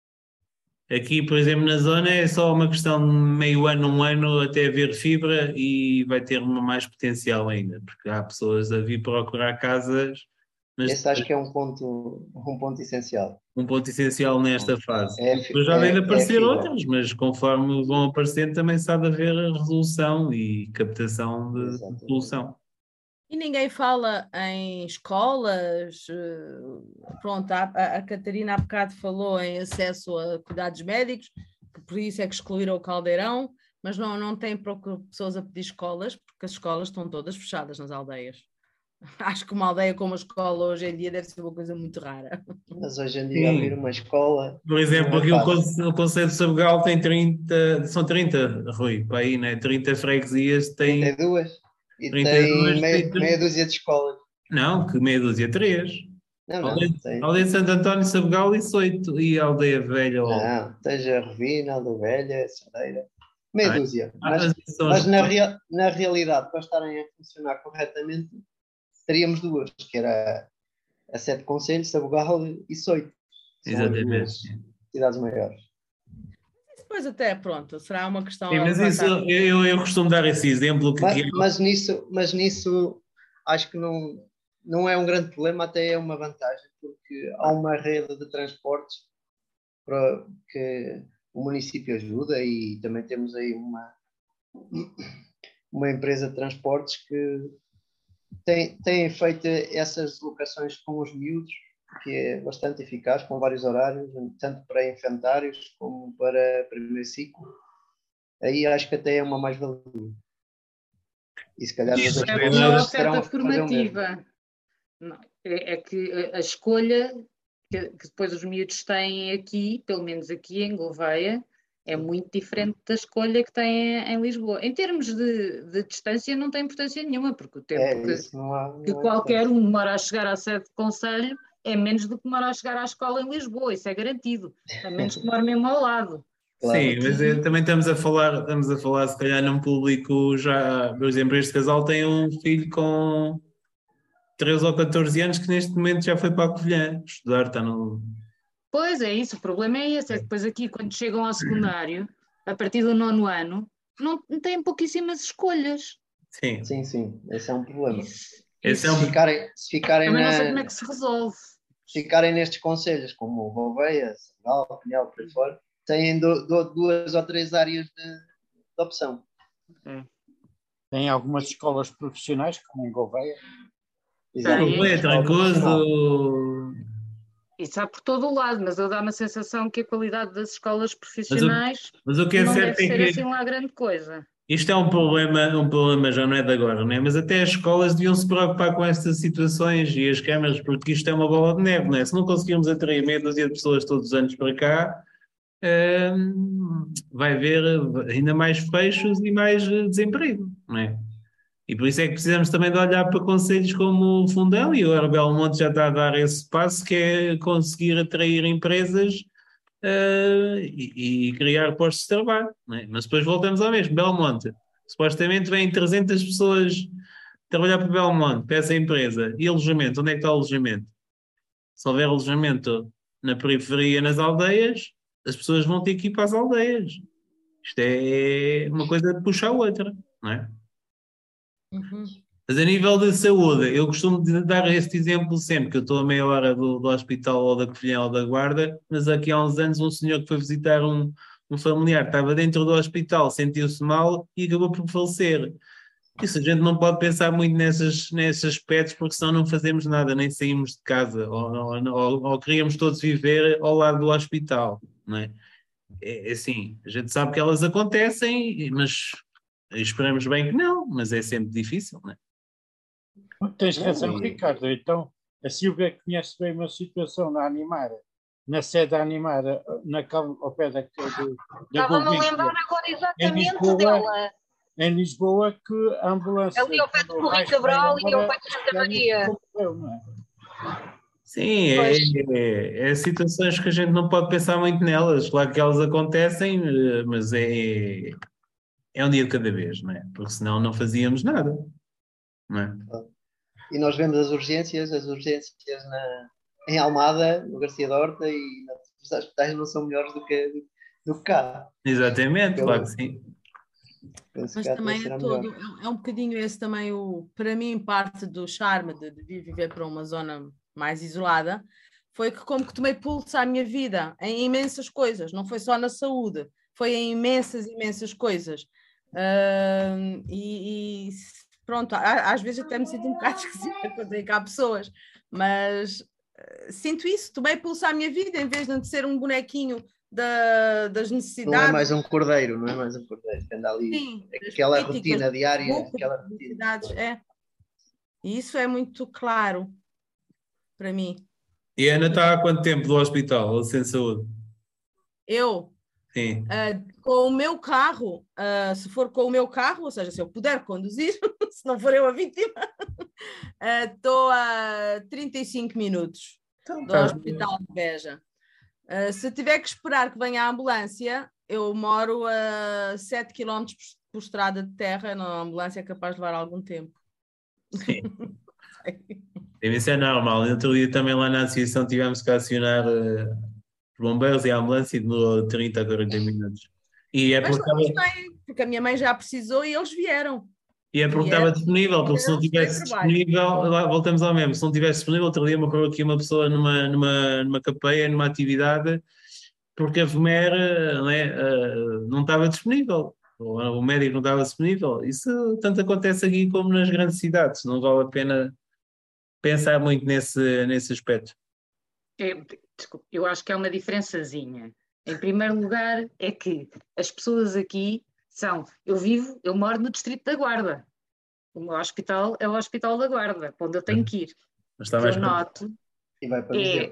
Aqui, por exemplo, na zona é só uma questão de meio ano, um ano até haver fibra e vai ter uma mais potencial ainda, porque há pessoas a vir procurar casas, mas Esse acho que é um ponto, um ponto essencial. um ponto essencial nesta fase. É, E depois já vem de é, é aparecer fibra. outras, mas conforme vão aparecendo também se há de haver resolução e captação de de solução. E ninguém fala em escolas. eh, Pronto, a, a, a Catarina há bocado falou em acesso a cuidados médicos, que por isso é que excluíram o Caldeirão, mas não, não tem procura pessoas a pedir escolas, porque as escolas estão todas fechadas nas aldeias. Acho que uma aldeia com uma escola hoje em dia deve ser uma coisa muito rara. Mas hoje em dia Sim. abrir uma escola Por exemplo, não é aqui o fácil. Conce- o Conselho de Sabugal tem trinta, são trinta, Rui, para aí, né? trinta freguesias, tem trinta e duas e trinta e duas, tem tem meia, meia trinta. dúzia de escolas. Não, que meia dúzia, três. Não, Aldeia, não, tem. Aldeia de Santo António, Sabugal e Soito, e a Aldeia Velha. Ou... Não, esteja Rovina, Aldovelha, Cedeira. Meia Ah, dúzia. ah, Mas, mas isso são as mas na, rea, na realidade, para estarem a funcionar corretamente, teríamos duas, que era a Sete Conselhos, Sabugal e Soito. São as Exatamente. duas cidades maiores. depois até, pronto, será uma questão... Sim, a mas isso, levantar. eu, eu costumo dar esse exemplo que, Mas, que é- mas nisso, mas nisso acho que não, não é um grande problema, até é uma vantagem, porque há uma rede de transportes para que o município ajuda e também temos aí uma, uma empresa de transportes que tem, tem feito essas deslocações com os miúdos, que é bastante eficaz, com vários horários, tanto para infantários como para primeiro ciclo. Aí acho que até é uma mais-valia. E se calhar as Isso outras é É uma escolas terão oferta que fazer o mesmo. formativa. Não, é, é que a, a escolha que, que depois os miúdos têm aqui, pelo menos aqui em Gouveia, é muito diferente da escolha que têm em Lisboa. Em termos de, de distância, não tem importância nenhuma, porque o tempo É, que, isso não há, que não há qualquer importância. um demora a chegar à sede de conselho é menos do que demora a chegar à escola em Lisboa, isso é garantido. A menos que demore mesmo ao lado. Claro. Sim, mas é, também estamos a falar, estamos a falar se calhar num público já, por exemplo, este casal tem um filho com treze ou catorze anos que neste momento já foi para a Covilhã estudar, está no... Pois é isso, o problema é esse, é que depois aqui quando chegam ao secundário, a partir do nono ano, não têm pouquíssimas escolhas. Sim, Sim, sim, esse é um problema. Isso, esse é Se um... ficarem, se ficarem, também não sei como é na, que se resolve. se ficarem nestes conselhos, como o Gouveia, Senegal, Pinhal, por aí fora, têm do, do, duas ou três áreas de, de opção. Tem algumas escolas profissionais, como em Gouveia. Exato. Tem. Foi Escola profissional. Trancoso. Isso há por todo o lado, mas eu dá-me a sensação que a qualidade das escolas Mas o, profissionais mas o que é não certo deve é ser que assim lá grande coisa. isto é um problema, um problema já não é de agora, né? Mas até as escolas deviam se preocupar com estas situações e as câmaras, porque isto é uma bola de neve, não é? Se não conseguirmos atrair meia dúzia de pessoas todos os anos para cá, hum, vai haver ainda mais fechos e mais eh, desemprego, não é? E por isso é que precisamos também de olhar para conselhos como o Fundão, e o Belmonte já está a dar esse passo, que é conseguir atrair empresas eh, e, e criar postos de trabalho, não é? Mas depois voltamos ao mesmo, Belmonte. Supostamente vêm trezentas pessoas trabalhar para Belmonte, para essa empresa. E alojamento? Onde é que está o alojamento? Se houver alojamento na periferia, nas aldeias, as pessoas vão ter que ir para as aldeias. Isto é uma coisa que puxa a outra, não é? Uhum. Mas a nível de saúde, eu costumo de dar este exemplo sempre, que eu estou a meia hora do, do hospital ou da Covilhã ou da Guarda, mas aqui há uns anos um senhor que foi visitar um, um familiar, estava dentro do hospital, sentiu-se mal e acabou por falecer. Isso a gente não pode pensar muito nessas, nesses aspectos, porque senão não fazemos nada, nem saímos de casa, ou, ou, ou, ou queríamos todos viver ao lado do hospital, não é? É, é assim, a gente sabe que elas acontecem, mas esperamos bem que não, mas é sempre difícil, não é? Tens razão, E- Ricardo. Então, a Silvia conhece bem uma situação na Animar, na sede da Animar, na, cal- ao pé da, do, da Estava-me a Gulbenkian, lembrar agora em exatamente Lisboa, dela. em Lisboa, que a ambulância Ali ao pé do quando o Correio Reis vai Cabral e ao embora, pé de Santa ela Maria. morreu, não é? Sim, é, Pois. é, é situações que a gente não pode pensar muito nelas. Claro que elas acontecem, eh, mas é, é um dia de cada vez, não é? Porque senão não fazíamos nada, não é? E nós vemos as urgências, as urgências na, em Almada, no Garcia da Horta, e os hospitais não são melhores do que, do que cá. Exatamente, claro que Pelo, sim. penso que Mas cá até também é será todo, melhor. é um- é um bocadinho esse também o, para mim, parte do charme de, de vir viver para uma zona mais isolada, foi que como que tomei pulso à minha vida em imensas coisas, não foi só na saúde, foi em imensas, imensas coisas. Ahm, e, e pronto, a- às vezes até me sinto um bocado esquisita quando tem cá pessoas, mas eh, sinto isso, tomei pulso à minha vida em vez de ser um bonequinho da- das Não é necessidades. mais um cordeiro, não é mais um cordeiro, que anda ali, Sim, das aquela políticas, rotina do diária, Facebook, aquela das rotina. publicidades, é. E isso é muito claro para mim. E a Ana está há quanto tempo do hospital, ou sem saúde? Eu, Sim. ah, com o meu carro, ah, se for com o meu carro, ou seja, se eu puder conduzir, se não for eu a vítima, ah, estou a trinta e cinco minutos Então, do estás- Hospital de Beja. Ah, se tiver que esperar que venha a ambulância, eu moro a sete quilómetros por, por estrada de terra, a ambulância é capaz de levar algum tempo. Sim. Isso é normal. No outro dia também lá na associação tivemos que acionar eh, os bombeiros e a ambulância e demorou trinta a quarenta minutos. E é Mas porque eles estava, têm, porque a minha mãe já precisou e eles vieram. e é porque Vieram estava disponível, porque se não eles têm tivesse trabalho. disponível, lá voltamos ao mesmo, se não tivesse disponível, outro dia me ocorreu aqui uma pessoa numa, numa, numa capeia, numa atividade, porque a V M E R, não é, eh, não estava disponível, ou o médico não estava disponível. Isso tanto acontece aqui como nas grandes cidades, não vale a pena pensar muito nesse, nesse aspecto. Eu, desculpe, eu acho que é uma diferençazinha. Em primeiro lugar, é que as pessoas aqui são. Eu vivo, eu moro no Distrito da Guarda. O meu hospital é o Hospital da Guarda, para onde eu tenho que ir. Mas O está que mais eu noto E vai para é. Viseu.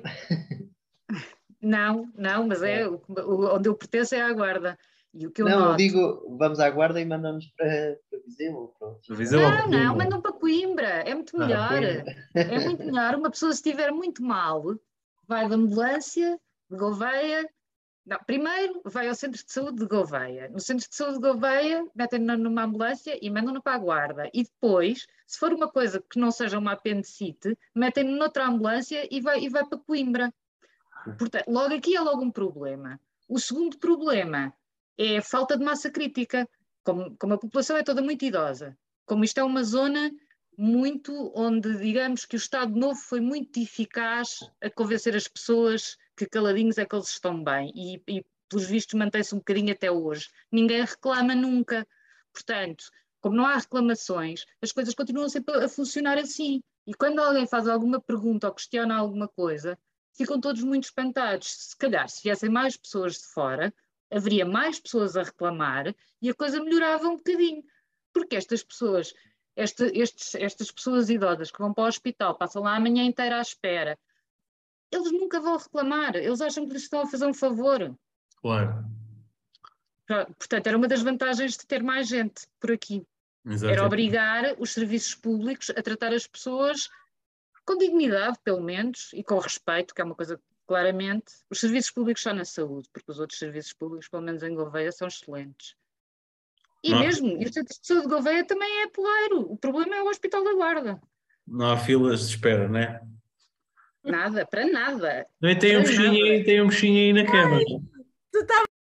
Não, não, mas é, É. o- o- onde eu pertenço é à Guarda. E o que eu Não, eu noto. digo, vamos à guarda e mandamos para, para Viseu ou para outro. Viseu ou Não, não, Coimbra? mandam para Coimbra, é muito Ah, melhor. Coimbra. É muito melhor. Uma pessoa, se estiver muito mal, vai da ambulância de Gouveia. Não, primeiro vai ao centro de saúde de Gouveia. No centro de saúde de Gouveia, metem-no numa ambulância e mandam-no para a guarda. E depois, se for uma coisa que não seja uma apendicite, metem-no noutra ambulância e vai, e vai para Coimbra. Portanto, logo aqui é logo um problema. O segundo problema é a falta de massa crítica. Como, como a população é toda muito idosa, como isto é uma zona muito onde, digamos que o Estado Novo foi muito eficaz a convencer as pessoas que caladinhos é que eles estão bem e, e pelos vistos mantém-se um bocadinho até hoje. Ninguém reclama nunca. Portanto, como não há reclamações, as coisas continuam sempre a funcionar assim. E quando alguém faz alguma pergunta ou questiona alguma coisa, ficam todos muito espantados. Se calhar, se viessem mais pessoas de fora, haveria mais pessoas a reclamar e a coisa melhorava um bocadinho. Porque estas pessoas, este, estes, estas pessoas idosas que vão para o hospital, passam lá a manhã inteira à espera, eles nunca vão reclamar, eles acham que lhes estão a fazer um favor. Claro, Portanto, era uma das vantagens de ter mais gente por aqui. Era exatamente. obrigar os serviços públicos a tratar as pessoas com dignidade, pelo menos, e com respeito, que é uma coisa claramente. Os serviços públicos só na saúde, porque os outros serviços públicos, pelo menos em Gouveia, são excelentes. E Não há, mesmo, e o Centro de Saúde de Gouveia também é porreiro. O problema é o Hospital da Guarda. não há filas de espera, não é? Nada, para nada. Também tem um Para bichinho nada. aí, tem um bichinho aí na cama. Tu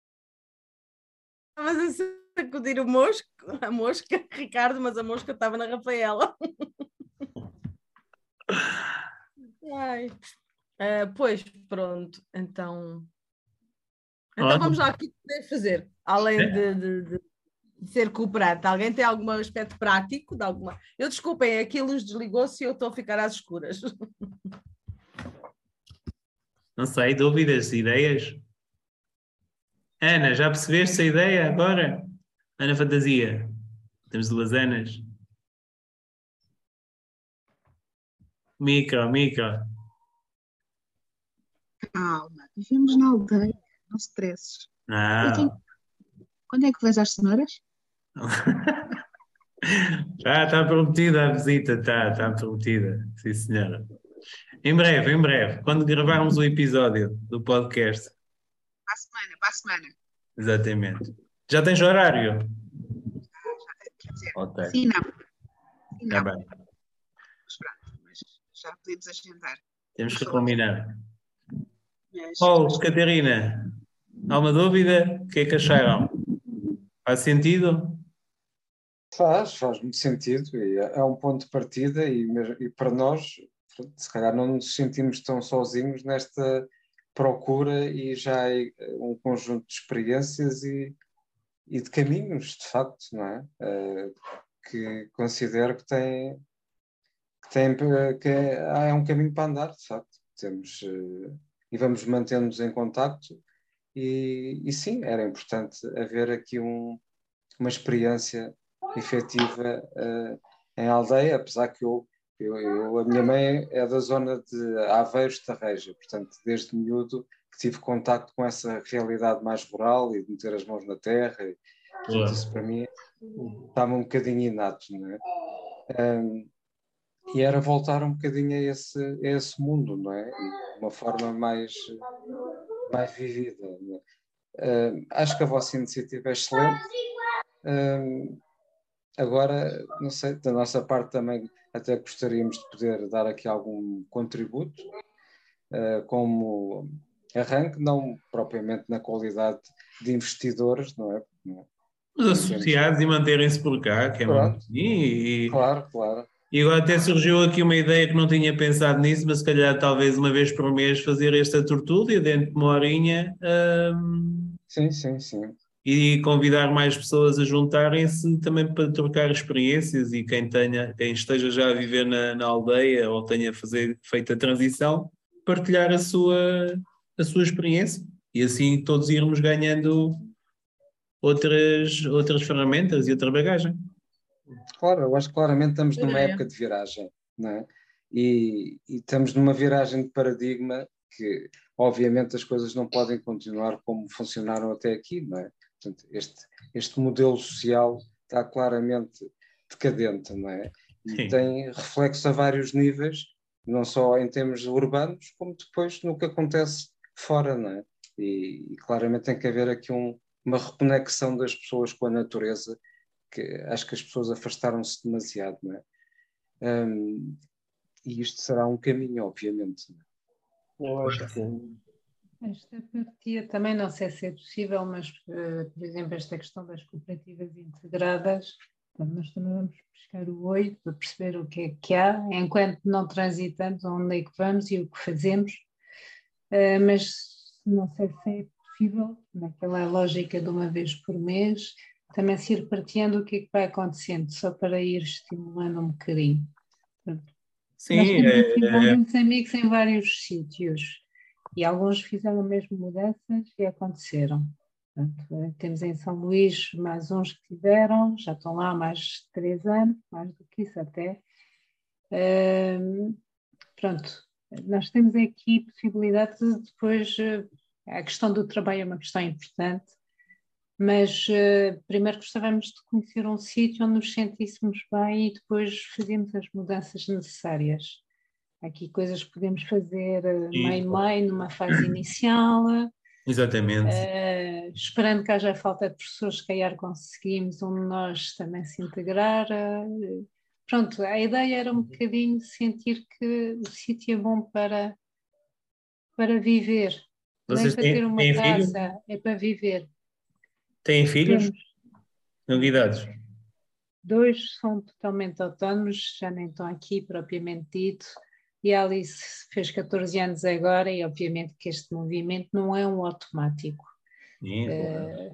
estavas a sacudir o mosco, a mosca, Ricardo, mas a mosca estava na Rafaela. Ai. Uh, pois, pronto, então. Então Olha, vamos lá, o que podemos fazer? Além de, de, de ser cooperante, alguém tem algum aspecto prático? De alguma... Eu desculpem, aqui a luz desligou-se e eu estou a ficar às escuras. não sei, dúvidas, ideias? Ana, já percebeste a ideia agora? Ana Fantasia. Temos duas Anas. Mica, Mica. Calma, vivemos na aldeia, não stresses. Eu Ah. tenho... Quando é que vais às cenouras? Já está prometida a visita, está, está prometida. Sim, senhora. Em breve, em breve, quando gravarmos o episódio do podcast. Para a semana, para a semana. Exatamente. Já tens horário? Quer dizer, Ok. sim, não. Sim, Está não. bem. Mas pronto, mas já podemos agendar. Temos que Vamos falar. combinar. Mas, Oh, Catarina, há uma dúvida? O que é que acharam? Faz sentido? Faz, faz muito sentido e é é um ponto de partida e, mesmo- e para nós, pronto, se calhar não nos sentimos tão sozinhos nesta procura e já é um conjunto de experiências e, e de caminhos, de facto, não é? Eh, que considero que tem, que tem, eh, que é, há- é um caminho para andar, de facto. Temos, eh, e vamos mantendo-nos em contacto e, e sim, era importante haver aqui um, uma experiência efetiva eh, em aldeia, apesar que eu, eu, eu- a minha mãe é da zona de Aveiros de Tarreja, portanto, desde miúdo que tive contacto com essa realidade mais rural e de meter as mãos na terra, e, portanto, isso para mim está-me um bocadinho inato, não é? Um, e era voltar um bocadinho a esse, a esse mundo, não é? De uma forma mais, mais vivida, não é? Um, acho que a vossa iniciativa é excelente. Um, Agora, não sei, da nossa parte também até gostaríamos de poder dar aqui algum contributo, uh, como arranque, não propriamente na qualidade de investidores, não é? Não é? Os associados e manterem-se por cá, que é muito... E, e, claro, claro. E agora até surgiu aqui uma ideia que não tinha pensado nisso, mas se calhar talvez uma vez por mês fazer esta tertúlia dentro de uma horinha. Hum, sim, sim, sim. E convidar mais pessoas a juntarem-se também para trocar experiências, e quem tenha, quem esteja já a viver na, na aldeia ou tenha fazer, feito a transição, partilhar a sua, a sua experiência, e assim todos irmos ganhando outras, outras ferramentas e outra bagagem. Claro, eu acho que claramente estamos numa época de viragem, não é? E, e estamos numa viragem de paradigma que, obviamente, as coisas não podem continuar como funcionaram até aqui, não é? Portanto, este, este modelo social está claramente decadente, não é? E Sim. tem reflexo a vários níveis, não só em termos urbanos, como depois no que acontece fora, não é? E, e claramente tem que haver aqui um, uma reconexão das pessoas com a natureza, que acho que as pessoas afastaram-se demasiado, não é? Um, e isto será um caminho, obviamente. Eu acho que... Esta partia também não sei se é possível, mas, uh, por exemplo, esta questão das cooperativas integradas, então nós também vamos buscar o olho para perceber o que é que há, enquanto não transitamos, onde é que vamos e o que fazemos, uh, mas não sei se é possível, naquela lógica de uma vez por mês, também se ir partilhando o que é que vai acontecendo, só para ir estimulando um bocadinho. Sim, nós temos é, aqui muitos amigos em vários sítios, e alguns fizeram mesmo mudanças e aconteceram. Portanto, temos em São Luís mais uns que tiveram, já estão lá há mais de três anos, mais do que isso até. Uh, pronto, nós temos aqui possibilidade de depois, uh, a questão do trabalho é uma questão importante, mas uh, primeiro gostávamos de conhecer um sítio onde nos sentíssemos bem e depois fazíamos as mudanças necessárias. Há aqui coisas que podemos fazer uh, meio-meio, numa fase inicial. Exatamente. Uh, esperando que haja falta de professores, se calhar conseguimos um de nós também se integrar. Uh, pronto, a ideia era um bocadinho sentir que o sítio é bom para, para viver. Vocês Nem para têm, ter uma têm casa, filho? é para viver. Têm filhos? Temos. Novidades? Dois são totalmente autónomos, já nem estão aqui propriamente dito. E a Alice fez catorze anos agora, e obviamente que este movimento não é um automático. Sim, é,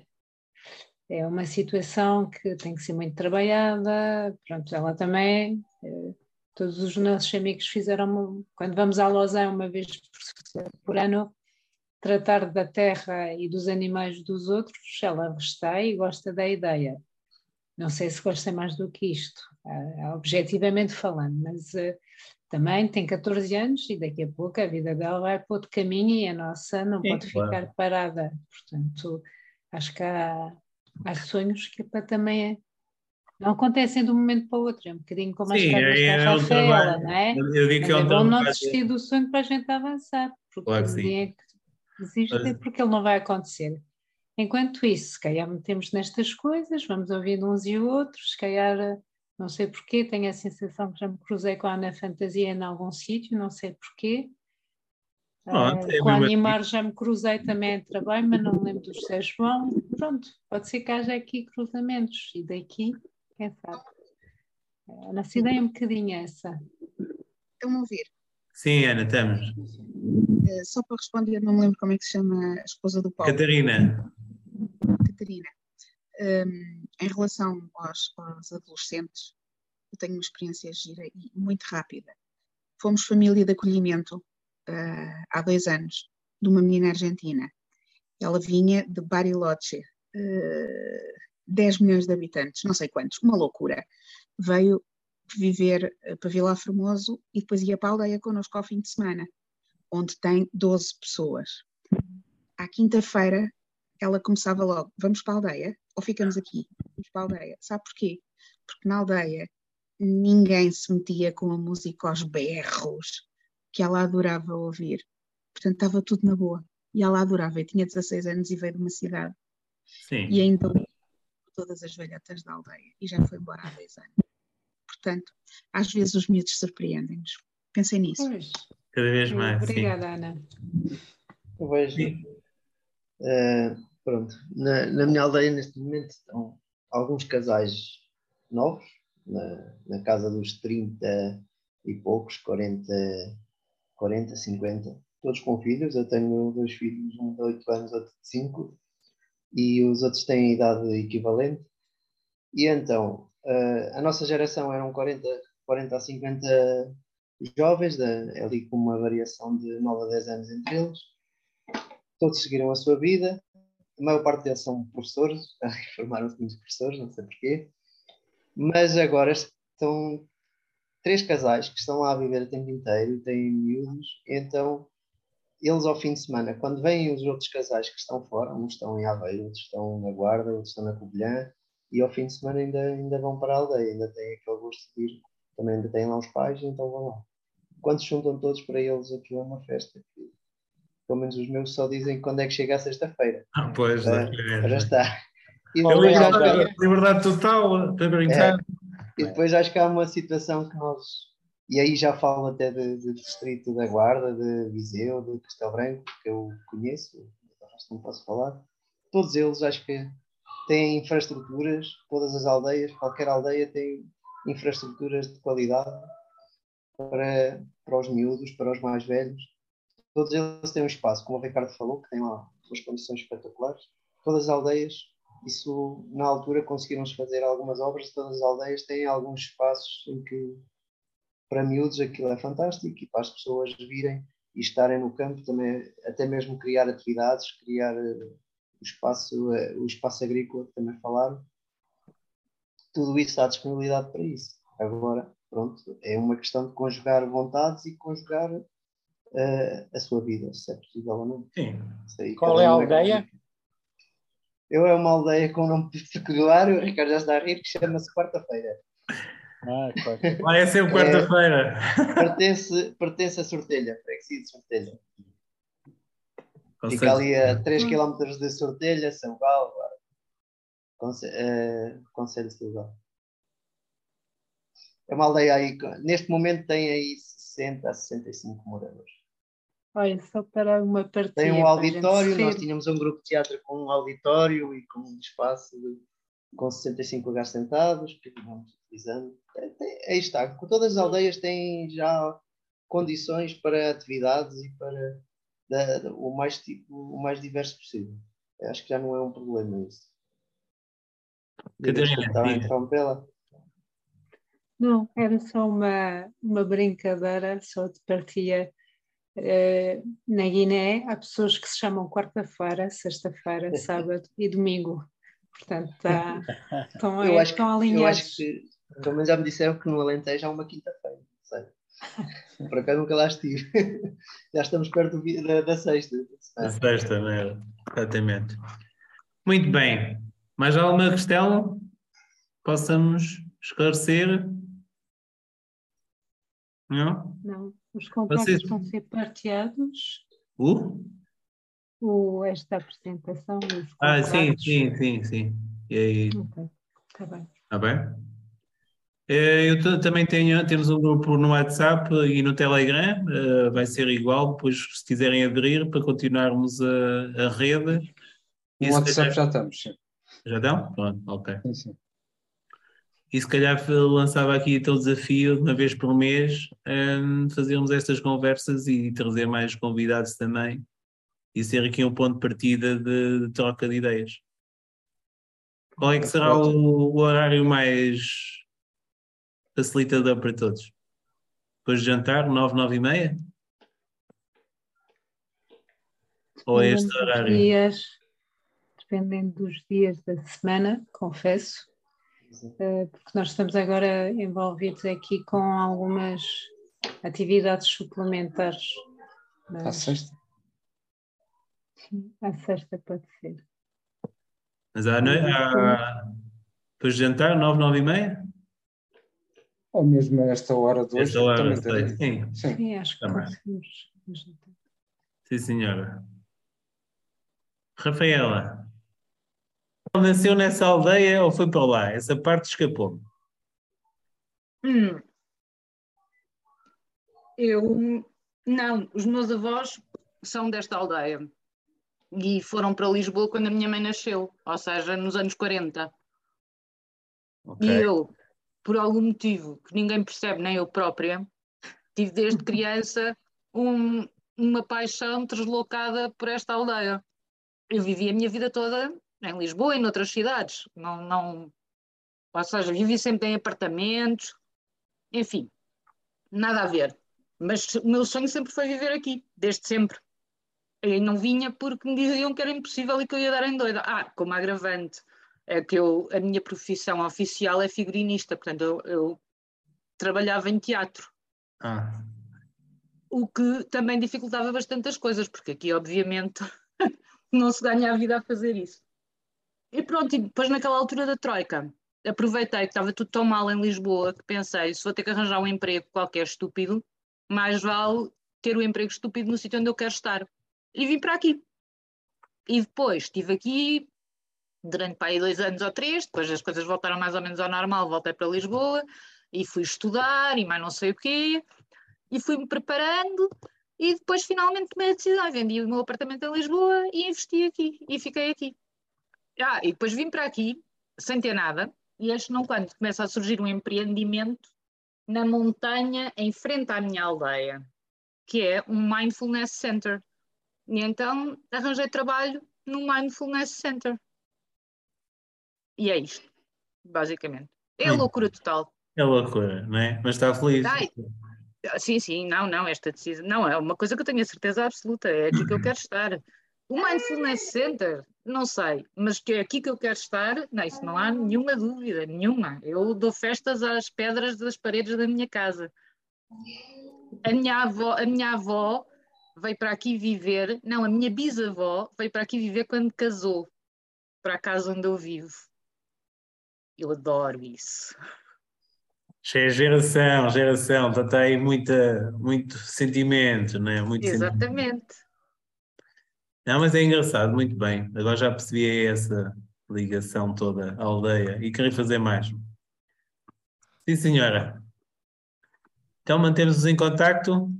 é uma situação que tem que ser muito trabalhada. Pronto, ela também, é, todos os nossos amigos fizeram, quando vamos à Lausanne uma vez por, por ano, tratar da terra e dos animais dos outros, ela está e gosta da ideia. Não sei se gosta mais do que isto, objetivamente falando, mas uh, também tem catorze anos e daqui a pouco a vida dela vai para outro caminho e a nossa não Sim, pode claro. ficar parada. Portanto, acho que há, há sonhos que para também é, não acontecem de um momento para o outro, é um bocadinho como as Sim, cartas é, da é um Rafaela, trabalho. não é? Eu digo Mas que é é um bom não trabalho. desistir do sonho para a gente avançar, porque Claro que um sim. dia que desiste Mas- é porque ele não vai acontecer. Enquanto isso, se calhar metemos nestas coisas, vamos ouvindo uns e outros, se calhar, não sei porquê, tenho a sensação que já me cruzei com a Ana Fantasia em algum sítio, não sei porquê. Pronto, Uh, é com a mesmo Animar já me cruzei também em trabalho, mas não me lembro do José João. Pronto, pode ser que haja aqui cruzamentos, e daqui, quem sabe. A nossa ideia é um bocadinho essa. Estão-me a ouvir? Sim, Ana, estamos. Uh, só para responder, não me lembro como é que se chama a esposa do Paulo. Catarina. Catarina. Um, em relação aos, aos adolescentes, eu tenho uma experiência gira e muito rápida. Fomos família de acolhimento uh, há dois anos, de uma menina argentina. Ela vinha de Bariloche, uh, dez milhões de habitantes, não sei quantos, uma loucura. Veio viver uh, para Vila Formoso e depois ia para a aldeia connosco ao fim de semana, onde tem doze pessoas. À quinta-feira, ela começava logo, vamos para a aldeia ou ficamos aqui? Vamos para a aldeia. Sabe porquê? Porque na aldeia ninguém se metia com a música aos berros, que ela adorava ouvir. Portanto, estava tudo na boa. E ela adorava. Eu tinha dezasseis anos e veio de uma cidade. Sim. E ainda ouvi todas as velhotas da aldeia. E já foi embora há dois anos. Portanto, às vezes os miúdos surpreendem-nos. Pensem nisso. Pois. Cada vez mais. Obrigada, sim. Ana. Eu vejo. Uh, pronto, na, na minha aldeia neste momento estão alguns casais novos, na, na casa dos trinta e poucos, quarenta, quarenta, cinquenta, todos com filhos. Eu tenho dois filhos, um de oito anos, outro de cinco, e os outros têm idade equivalente. E então, uh, a nossa geração eram quarenta, quarenta a cinquenta jovens, de, ali com uma variação de nove a dez anos entre eles. Todos seguiram a sua vida. A maior parte deles são professores, formaram-se muitos professores, não sei porquê. Mas agora estão três casais que estão lá a viver o tempo inteiro e têm miúdos. Então, eles ao fim de semana, quando vêm os outros casais que estão fora, uns estão em Aveiro, outros estão na Guarda, outros estão na Covilhã, e ao fim de semana ainda, ainda vão para a aldeia, ainda têm aquele gosto de ir, também ainda têm lá os pais, então vão lá. Quando se juntam todos para eles, aquilo é uma festa. Pelo menos os meus só dizem quando é que chega a sexta-feira. Ah, pois, para, para estar. E é depois, liberdade, acho que, liberdade total, para brincar. é, e depois acho que há uma situação que nós, e aí já falo até de, de Distrito da Guarda, de Viseu, de Castelo Branco, que eu conheço, acho que não posso falar. Todos eles acho que têm infraestruturas, todas as aldeias, qualquer aldeia tem infraestruturas de qualidade para, para os miúdos, para os mais velhos. Todos eles têm um espaço, como o Ricardo falou, que tem lá umas condições espetaculares. Todas as aldeias, isso na altura conseguiram-se fazer algumas obras, todas as aldeias têm alguns espaços em que, para miúdos, aquilo é fantástico, e para as pessoas virem e estarem no campo também, até mesmo criar atividades, criar uh, o, espaço, uh, o espaço agrícola, que também falaram. Tudo isso há disponibilidade para isso. Agora, pronto, é uma questão de conjugar vontades e conjugar Uh, a sua vida, se é possível ou não. Sim. Sei, qual é a aldeia? É eu é uma aldeia com um nome peculiar, o Ricardo já está a rir, que chama-se Quarta-feira. Ah, quarta. Vai é sempre quarta-feira. É, pertence, pertence a Sortelha, freguesia de Sortelha. Ou Fica seja, ali a três quilómetros de Sortelha, São Gal, Conselho, uh, Conselho de São Gal. É uma aldeia aí, neste momento tem aí sessenta a sessenta e cinco moradores. Olha, só para uma partilha. Tem um auditório, nós tínhamos um grupo de teatro com um auditório e com um espaço de, com sessenta e cinco lugares sentados, que vamos utilizando. Tem, tem, aí está, todas as aldeias têm já condições para atividades e para da, da, o, mais tipo, o mais diverso possível. Eu acho que já não é um problema isso. Catarina, estava a interrompê-la? Não, era só uma, uma brincadeira, só de partilha. Uh, na Guiné há pessoas que se chamam quarta-feira, sexta-feira, sábado e domingo. Portanto, tá, estão, eu, é, acho que, estão alinhados. eu acho que, pelo menos já me disseram que no Alentejo há uma quinta-feira. Não sei. Por acaso nunca lá estive. Já estamos perto do, da, da sexta. Da sexta, né? Exatamente. Muito bem. Mais alguma questão possamos esclarecer? Não? Não. Os contactos Vocês... vão ser partilhados. Uh? O, esta apresentação. Os ah, sim, sim, sim, sim. E aí? Ok, está bem. Está bem? Eu também tenho, temos um grupo no WhatsApp e no Telegram, uh, vai ser igual, depois se quiserem aderir para continuarmos a, a rede. No WhatsApp calhar... já estamos, sim. Já estão? Pronto, ok. Sim, sim. E se calhar lançava aqui então o desafio, de uma vez por mês, um, fazermos estas conversas e trazer mais convidados também e ser aqui um ponto de partida de, de troca de ideias. Qual é que será o, o horário mais facilitador para todos? Depois de jantar, nove, nove e meia? Ou é este horário? Dias, dependendo dos dias da semana, confesso. Porque nós estamos agora envolvidos aqui com algumas atividades suplementares. Mas... À sexta? Sim, à sexta pode ser. Mas à noite, à... depois de jantar, nove, nove e meia? Ou mesmo a esta hora de hoje? Esta hora, também sei, sim. Sim. Sim, acho que também. conseguimos. Sim, senhora. Rafaela, nasceu nessa aldeia ou foi para lá? Essa parte escapou-me. Hum. Eu, não, os meus avós são desta aldeia e foram para Lisboa quando a minha mãe nasceu, ou seja, nos anos quarenta. Ok. E eu, por algum motivo que ninguém percebe, nem eu própria, tive desde criança um, uma paixão deslocada por esta aldeia. Eu vivi a minha vida toda em Lisboa e noutras cidades, não, não, ou seja, vivi sempre em apartamentos, enfim, nada a ver. Mas o meu sonho sempre foi viver aqui, desde sempre. Eu não vinha porque me diziam que era impossível e que eu ia dar em doida. Ah, como agravante, é que eu, a minha profissão oficial é figurinista, portanto eu, eu trabalhava em teatro. Ah, O que também dificultava bastante as coisas, porque aqui, obviamente, não se ganha a vida a fazer isso. E pronto, e depois naquela altura da Troika, aproveitei que estava tudo tão mal em Lisboa que pensei, se vou ter que arranjar um emprego qualquer estúpido, mais vale ter o emprego estúpido no sítio onde eu quero estar. E vim para aqui. E depois estive aqui durante para aí dois anos ou três, depois as coisas voltaram mais ou menos ao normal, voltei para Lisboa e fui estudar e mais não sei o quê, e fui-me preparando e depois finalmente tomei a decisão, vendi o meu apartamento em Lisboa e investi aqui e fiquei aqui. Ah, e depois vim para aqui sem ter nada e acho que não quando começa a surgir um empreendimento na montanha em frente à minha aldeia, que é um Mindfulness Center. E então arranjei trabalho no Mindfulness Center. E é isto, basicamente. É a muito. loucura total. É loucura, não é? Mas está feliz. Ai, sim, sim, não, não, esta decisão. Não, é uma coisa que eu tenho a certeza absoluta, é aqui que eu quero estar. O Mindfulness Center, não sei, mas que é aqui que eu quero estar, não, isso não há nenhuma dúvida, nenhuma. Eu dou festas às pedras das paredes da minha casa. A minha avó, a minha avó veio para aqui viver, não, a minha bisavó veio para aqui viver quando casou, para a casa onde eu vivo. Eu adoro isso. É geração, geração, portanto há aí muita, muito sentimento, não é? Muito sentimento. Exatamente. Não, mas é engraçado, muito bem. Agora já percebi essa ligação toda à aldeia e queria fazer mais. Sim, senhora. Então mantemos-nos em contacto.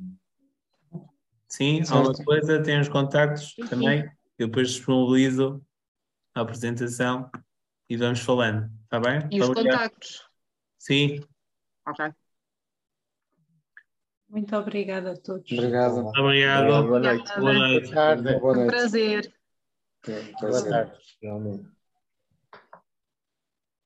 Sim, alguma Certo. coisa, tem os contactos Sim, também. sim. Eu depois disponibilizo a apresentação e vamos falando. Está bem? E Muito os obrigado. contactos. Sim, Ok. Muito obrigada a todos. Obrigado. obrigado. Boa noite. Boa Obrigada. noite. Boa tarde. Boa Um noite. prazer. É um Boa prazer, tarde. realmente.